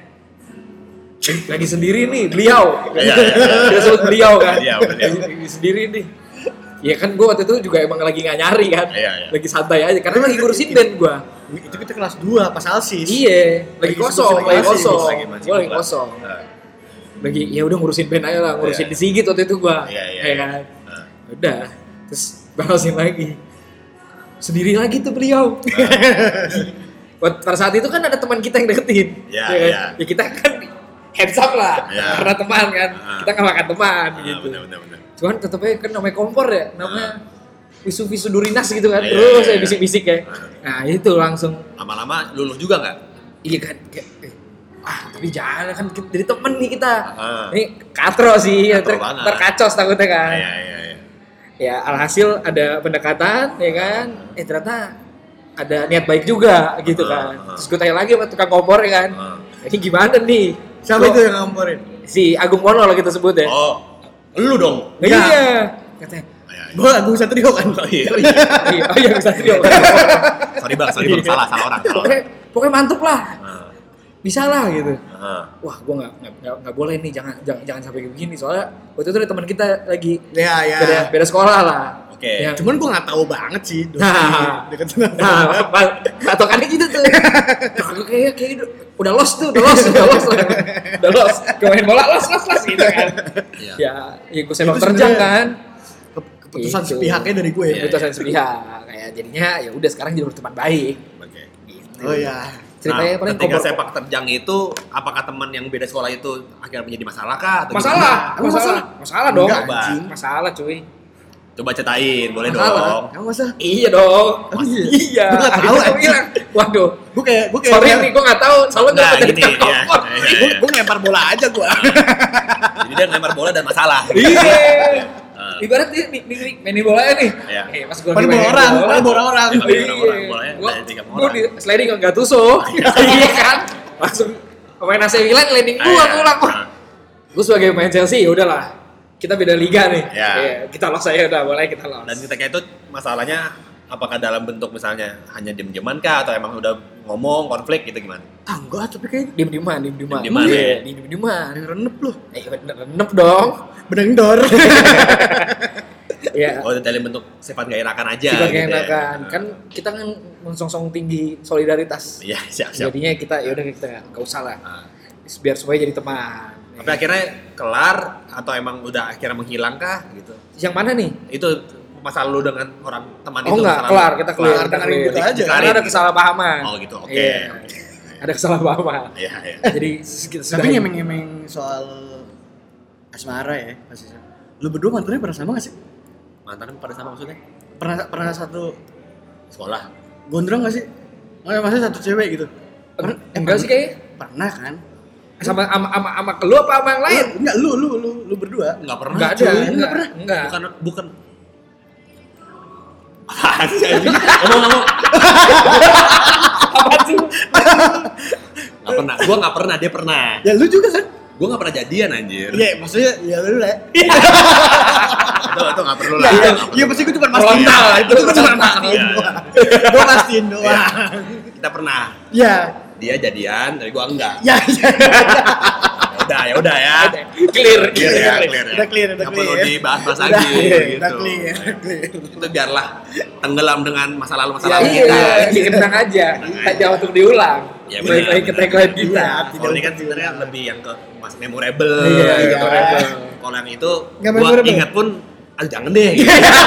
S2: lagi sendiri nih beliau.
S1: Iya.
S2: Kita sebut beliau kan.
S1: Iya, beliau.
S2: Lagi sendiri nih. Ya kan gue waktu itu juga emang lagi gak nyari kan.
S1: Iya.
S2: Lagi santai aja karena lagi ngurusin band gue.
S3: Itu kita kelas 2 pas Alsis.
S2: Iya, lagi kosong,
S3: lagi
S2: lagi
S3: masih,
S2: kosong.
S1: lagi masih
S2: Gue lagi
S1: buka.
S2: kosong.
S1: Nah,
S2: Lagi ya udah ngurusin band aja lah, ngurusin
S1: Iya.
S2: di Sigit waktu itu gue.
S1: Iya.
S2: Ya kan.
S1: Nah.
S2: Udah, terus balasin lagi. Sendiri lagi tuh beliau. Pada saat itu kan ada teman kita yang deketin.
S1: Iya,
S2: kan?
S1: iya.
S2: Ya kita kan hands up lah,
S1: Iya.
S2: karena teman kan. Kita kan makan teman gitu.
S1: Benar.
S2: Cuman tetep aja kan namanya kompor ya, namanya visu-visu durinas gitu kan.
S1: Iya,
S2: Terus
S1: iya,
S2: saya
S1: iya.
S2: bisik-bisik ya. Nah itu langsung,
S1: Lama-lama luluh juga nggak?
S2: iya kan. Tapi jangan kan jadi temen nih kita.
S1: Ah.
S2: Ini katro sih,
S1: Katro banget.
S2: terkacos takutnya kan.
S1: Iya.
S2: Ya alhasil ada pendekatan ya kan, ternyata ada niat baik juga gitu kan. Terus gue tanya lagi sama tukang kompor ya kan, ini gimana nih?
S3: Siapa itu yang ngomporin?
S2: Si Agung Pono lah kita sebut ya.
S1: Oh, lu dong.
S2: Iya. Katanya,
S3: Gue Agung Satrio kan.
S1: Oh iya.
S2: oh iya bisa Satrio.
S1: Sorry bang, salah orang.
S2: Pokoknya mantep lah. Bisa lah gitu.
S1: Heeh.
S2: Wah, gue nggak boleh nih, jangan sampai begini soalnya waktu itu ada teman kita lagi
S3: Ya.
S2: beda sekolah lah.
S1: Oke.
S2: Ya.
S3: Cuman gue nggak tahu banget sih. Deket
S2: Atau kan gitu tuh. Gue kayak udah lost. Main bola lost gitu kan. Ya gue sepak
S3: Itu
S2: terjang
S3: sebenarnya
S2: kan.
S3: Keputusan
S2: Gitu.
S3: sepihaknya dari gue ya.
S2: Keputusan sepihak. Kayak jadinya ya udah sekarang jadi berteman baik.
S1: Oke.
S2: Gitu.
S3: Oh ya.
S2: Ceritanya paling
S1: ketika
S2: kompor-
S1: sepak terjang itu, apakah teman yang beda sekolah itu akhirnya menjadi masalah kah? Atau
S2: Masalah dong.
S3: Enggak,
S1: Bang.
S3: anjing.
S2: Masalah cuy.
S1: gimana? Coba ceritain, boleh
S2: Masalah.
S1: dong.
S3: Emang masa?
S2: Iya dong. Iya.
S3: Gua nggak tahu,
S2: Akhirnya gua
S3: anjing.
S2: bilang, waduh.
S3: Gue kayak
S2: Sorry nih, gue nggak tahu. Soalnya
S1: Nah,
S2: nggak
S1: gini,
S2: pernah
S1: ya.
S2: kompor.
S3: gue ngelempar bola aja gue.
S1: Jadi dia ngelempar bola dan masalah.
S2: Iya. Ibarat dia mainin bolanya nih.
S1: Iya.
S2: Pas gue
S3: Kan bola orang.
S1: Iya. Bolanya dari 3
S2: Gue
S1: orang.
S2: di sliding nggak tusuk. Iya kan. Langsung pemain AC Milan landing gue pulang. Gue sebagai pemain Chelsea ya udahlah. Kita beda liga nih.
S1: Ya.
S2: Iya, kita lolos aja udah, boleh kita lolos.
S1: Dan ketika itu masalahnya apakah dalam bentuk misalnya hanya diem-dieman kah atau emang udah ngomong konflik gitu gimana?
S3: Enggak, tapi kayak
S2: diem-dieman.
S1: Diem-dieman, ya.
S2: Diem-dieman.
S3: renep loh.
S2: Bener renep dong.
S3: Benendor.
S2: Iya.
S1: Oh, dalam bentuk sifat gak enakan aja
S2: Sifat
S1: gitu ya.
S2: keenakan. Kan kita kan mensongsong tinggi solidaritas.
S1: Iya, siap.
S2: Jadinya kita ya udah kita nggak usah lah. Biar supaya jadi teman.
S1: Tapi akhirnya kelar atau emang udah akhirnya menghilang kah gitu?
S2: Yang mana nih?
S1: Itu masalah lu dengan orang teman
S2: Oh
S1: itu?
S2: enggak,
S1: masalah
S2: kelar,
S1: lu?
S2: kita kelar
S3: dengan itu aja.
S2: Karena ada kesalahpahaman.
S1: Oh gitu, oke.
S2: Iya. Ada kesalahpahaman.
S1: Iya.
S2: Jadi kita
S3: Tapi ngemeng-ngemeng soal asmara ya, pasti. Lu berdua mantannya pernah sama gak sih?
S1: Mantan pada sama maksudnya?
S3: Pernah satu
S1: Sekolah.
S3: gondrong gak sih? Maksudnya satu cewek gitu.
S2: enggak sih kayaknya.
S3: Pernah kan?
S2: Sama lu apa sama yang lain?
S3: Enggak, lu berdua.
S1: Enggak pernah.
S2: Enggak
S1: cuy.
S2: ada,
S3: Enggak pernah.
S2: Enggak.
S1: Bukan. Apaan sih anjing? Ngomong.
S2: Apa sih?
S1: Enggak pernah. Gua enggak pernah, dia pernah.
S3: Ya lu juga kan?
S1: Gua enggak pernah jadian anjir.
S3: Iya, maksudnya ya lu lah.
S1: Itu enggak perlu lah.
S3: Iya, pasti gue cuma mastiin.
S2: Frontal,
S3: Itu gue cuma mastiin.
S1: Iya.
S3: Gue mastiin doang.
S1: Kita pernah.
S3: Iya.
S1: Dia jadian, tapi gua enggak.
S3: Ya.
S1: Ya udah ya.
S2: Clear.
S1: Ya.
S3: Udah clear.
S1: Nggak perlu dibahas
S3: Udah,
S1: lagi gitu.
S3: Udah clear.
S1: Itu biarlah tenggelam dengan masa lalu
S2: Iya,
S1: kita.
S2: tenang aja. Jangan untuk diulang.
S1: Ya,
S2: Balik
S1: benar,
S2: lagi ke tagline kita.
S3: Iya.
S1: Kalau ini kan sebenarnya lebih yang ke mas memorable.
S2: Iya,
S1: gitu.
S2: memorable.
S1: Kalau yang itu
S3: Nggak
S1: gua
S3: memorable.
S1: ingat pun, aduh jangan deh. Gitu.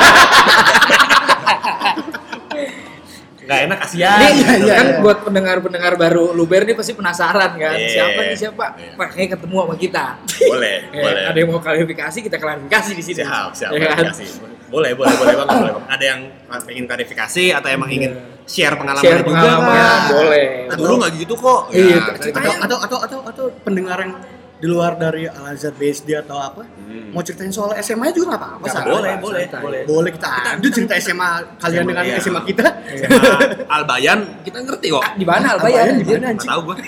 S1: Nggak enak kasihan.
S2: Nih,
S1: gitu.
S2: kan buat pendengar-pendengar baru Luber nih pasti penasaran kan,
S1: Iya.
S2: siapa?
S1: Iya.
S2: Makanya ketemu sama kita.
S1: Boleh.
S2: Ada yang mau klarifikasi, kita klarifikasi di sini.
S1: Siap.
S2: Ya kan?
S1: Klarifikasi. Boleh banget, boleh banget. Ada yang ingin klarifikasi atau emang ingin share pengalaman
S2: Share
S1: juga,
S2: pengalaman,
S1: Pak.
S2: boleh.
S1: Dulu nggak gitu kok.
S2: Iya,
S1: Ya,
S2: ceritanya-
S3: Atau pendengar yang di luar dari Al Azhar BSD atau apa mau ceritain soal SMA juga nggak apa-apa.
S2: Nggak
S3: Sar.
S2: boleh.
S3: Boleh kita lanjut cerita SMA kalian dengan
S1: iya.
S3: SMA kita.
S1: Sama Albayan kita ngerti kok.
S2: Di mana Albayan?
S3: Albayan di mana,
S1: Nggak
S3: anjing?
S1: tahu gua.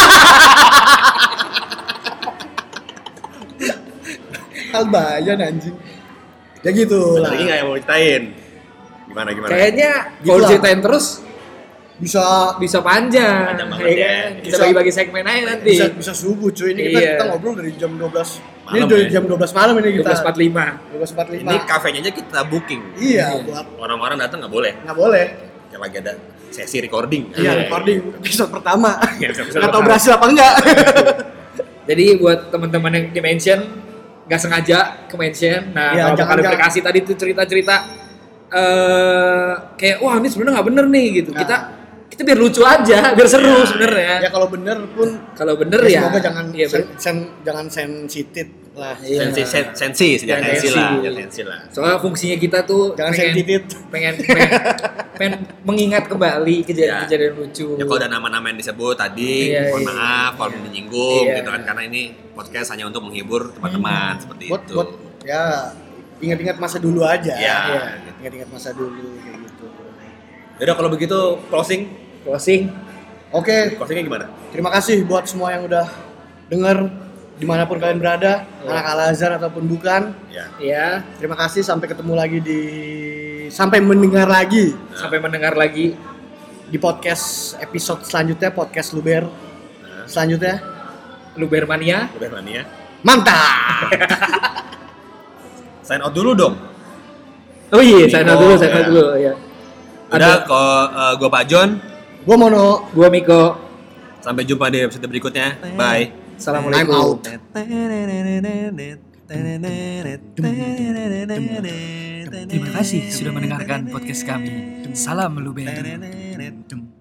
S3: Albayan anjing. Ya gitu lah.
S1: Lagi nggak yang mau ceritain? Gimana?
S2: Kayaknya
S3: Gitu
S2: kalau
S3: lah.
S2: ceritain terus
S3: Bisa
S2: panjang.
S1: Panjang banget
S2: ya
S1: ya.
S2: kan? Kita
S3: Bisa-
S2: bagi-bagi segmen aja nanti.
S3: bisa subuh cuy. Ini kita,
S2: Iya.
S3: kita ngobrol dari jam 12.
S1: Malam,
S3: Ini dari
S1: ya?
S3: jam 12 malam ini kita.
S2: 12.45.
S3: 12.45.
S1: Ini kafenya aja kita booking.
S3: Iya, buat
S1: Orang-orang datang nggak boleh.
S3: nggak boleh.
S1: Kayak lagi ada sesi recording.
S3: Iya, recording episode pertama.
S1: Iya, episode
S3: Nggak tahu
S1: pertama.
S3: berhasil apa enggak.
S2: Jadi buat teman-teman yang di mention nggak sengaja ke mention. Nah,
S3: Iya,
S2: kalau
S3: jangan-
S2: klarifikasi tadi tuh cerita-cerita kayak wah ini sebenarnya nggak bener nih gitu.
S3: Nah.
S2: Kita biar lucu aja, biar seru
S1: Iya.
S2: sebenarnya.
S3: Ya kalau bener pun
S2: Kalau bener ya.
S3: semoga jangan
S2: Iya,
S3: jangan sensitif lah.
S2: Iya.
S1: Sensi, sejak
S2: Jangan
S1: sensi
S2: sensi.
S1: lah. Sejak sensi lah.
S2: Soalnya fungsinya kita tuh
S3: Jangan sensitif.
S2: pengen mengingat kembali kejadian-kejadian lucu.
S1: Ya kalau ada nama-nama yang disebut tadi,
S2: Iya,
S1: mohon
S2: iya.
S1: maaf kalau menyinggung
S2: Iya.
S1: gitu kan, karena ini podcast hanya untuk menghibur teman-teman seperti
S3: Buat
S1: itu.
S3: ya ingat-ingat masa dulu aja.
S1: Ya.
S3: Ingat-ingat masa dulu kayak gitu.
S1: Yaudah kalau begitu closing.
S3: Oke,
S1: Closingnya gimana?
S3: terima kasih buat semua yang udah denger dimanapun kalian berada, anak Al-Azhar ataupun bukan.
S2: Ya,
S3: Terima kasih, sampai ketemu lagi sampai mendengar lagi
S2: sampai mendengar lagi
S3: di podcast episode selanjutnya, podcast Luber selanjutnya.
S2: Lubermania.
S1: Udah Mania.
S3: Mantap.
S1: Sign out dulu dong.
S2: Oh iya, saya
S1: Miko,
S2: dulu ya.
S1: Udah, kalau gue Pak John.
S3: Gua Mono.
S2: Gua Miko.
S1: Sampai jumpa di episode berikutnya. Bye.
S2: Assalamualaikum.
S4: Terima kasih sudah mendengarkan podcast kami. Salam Luber.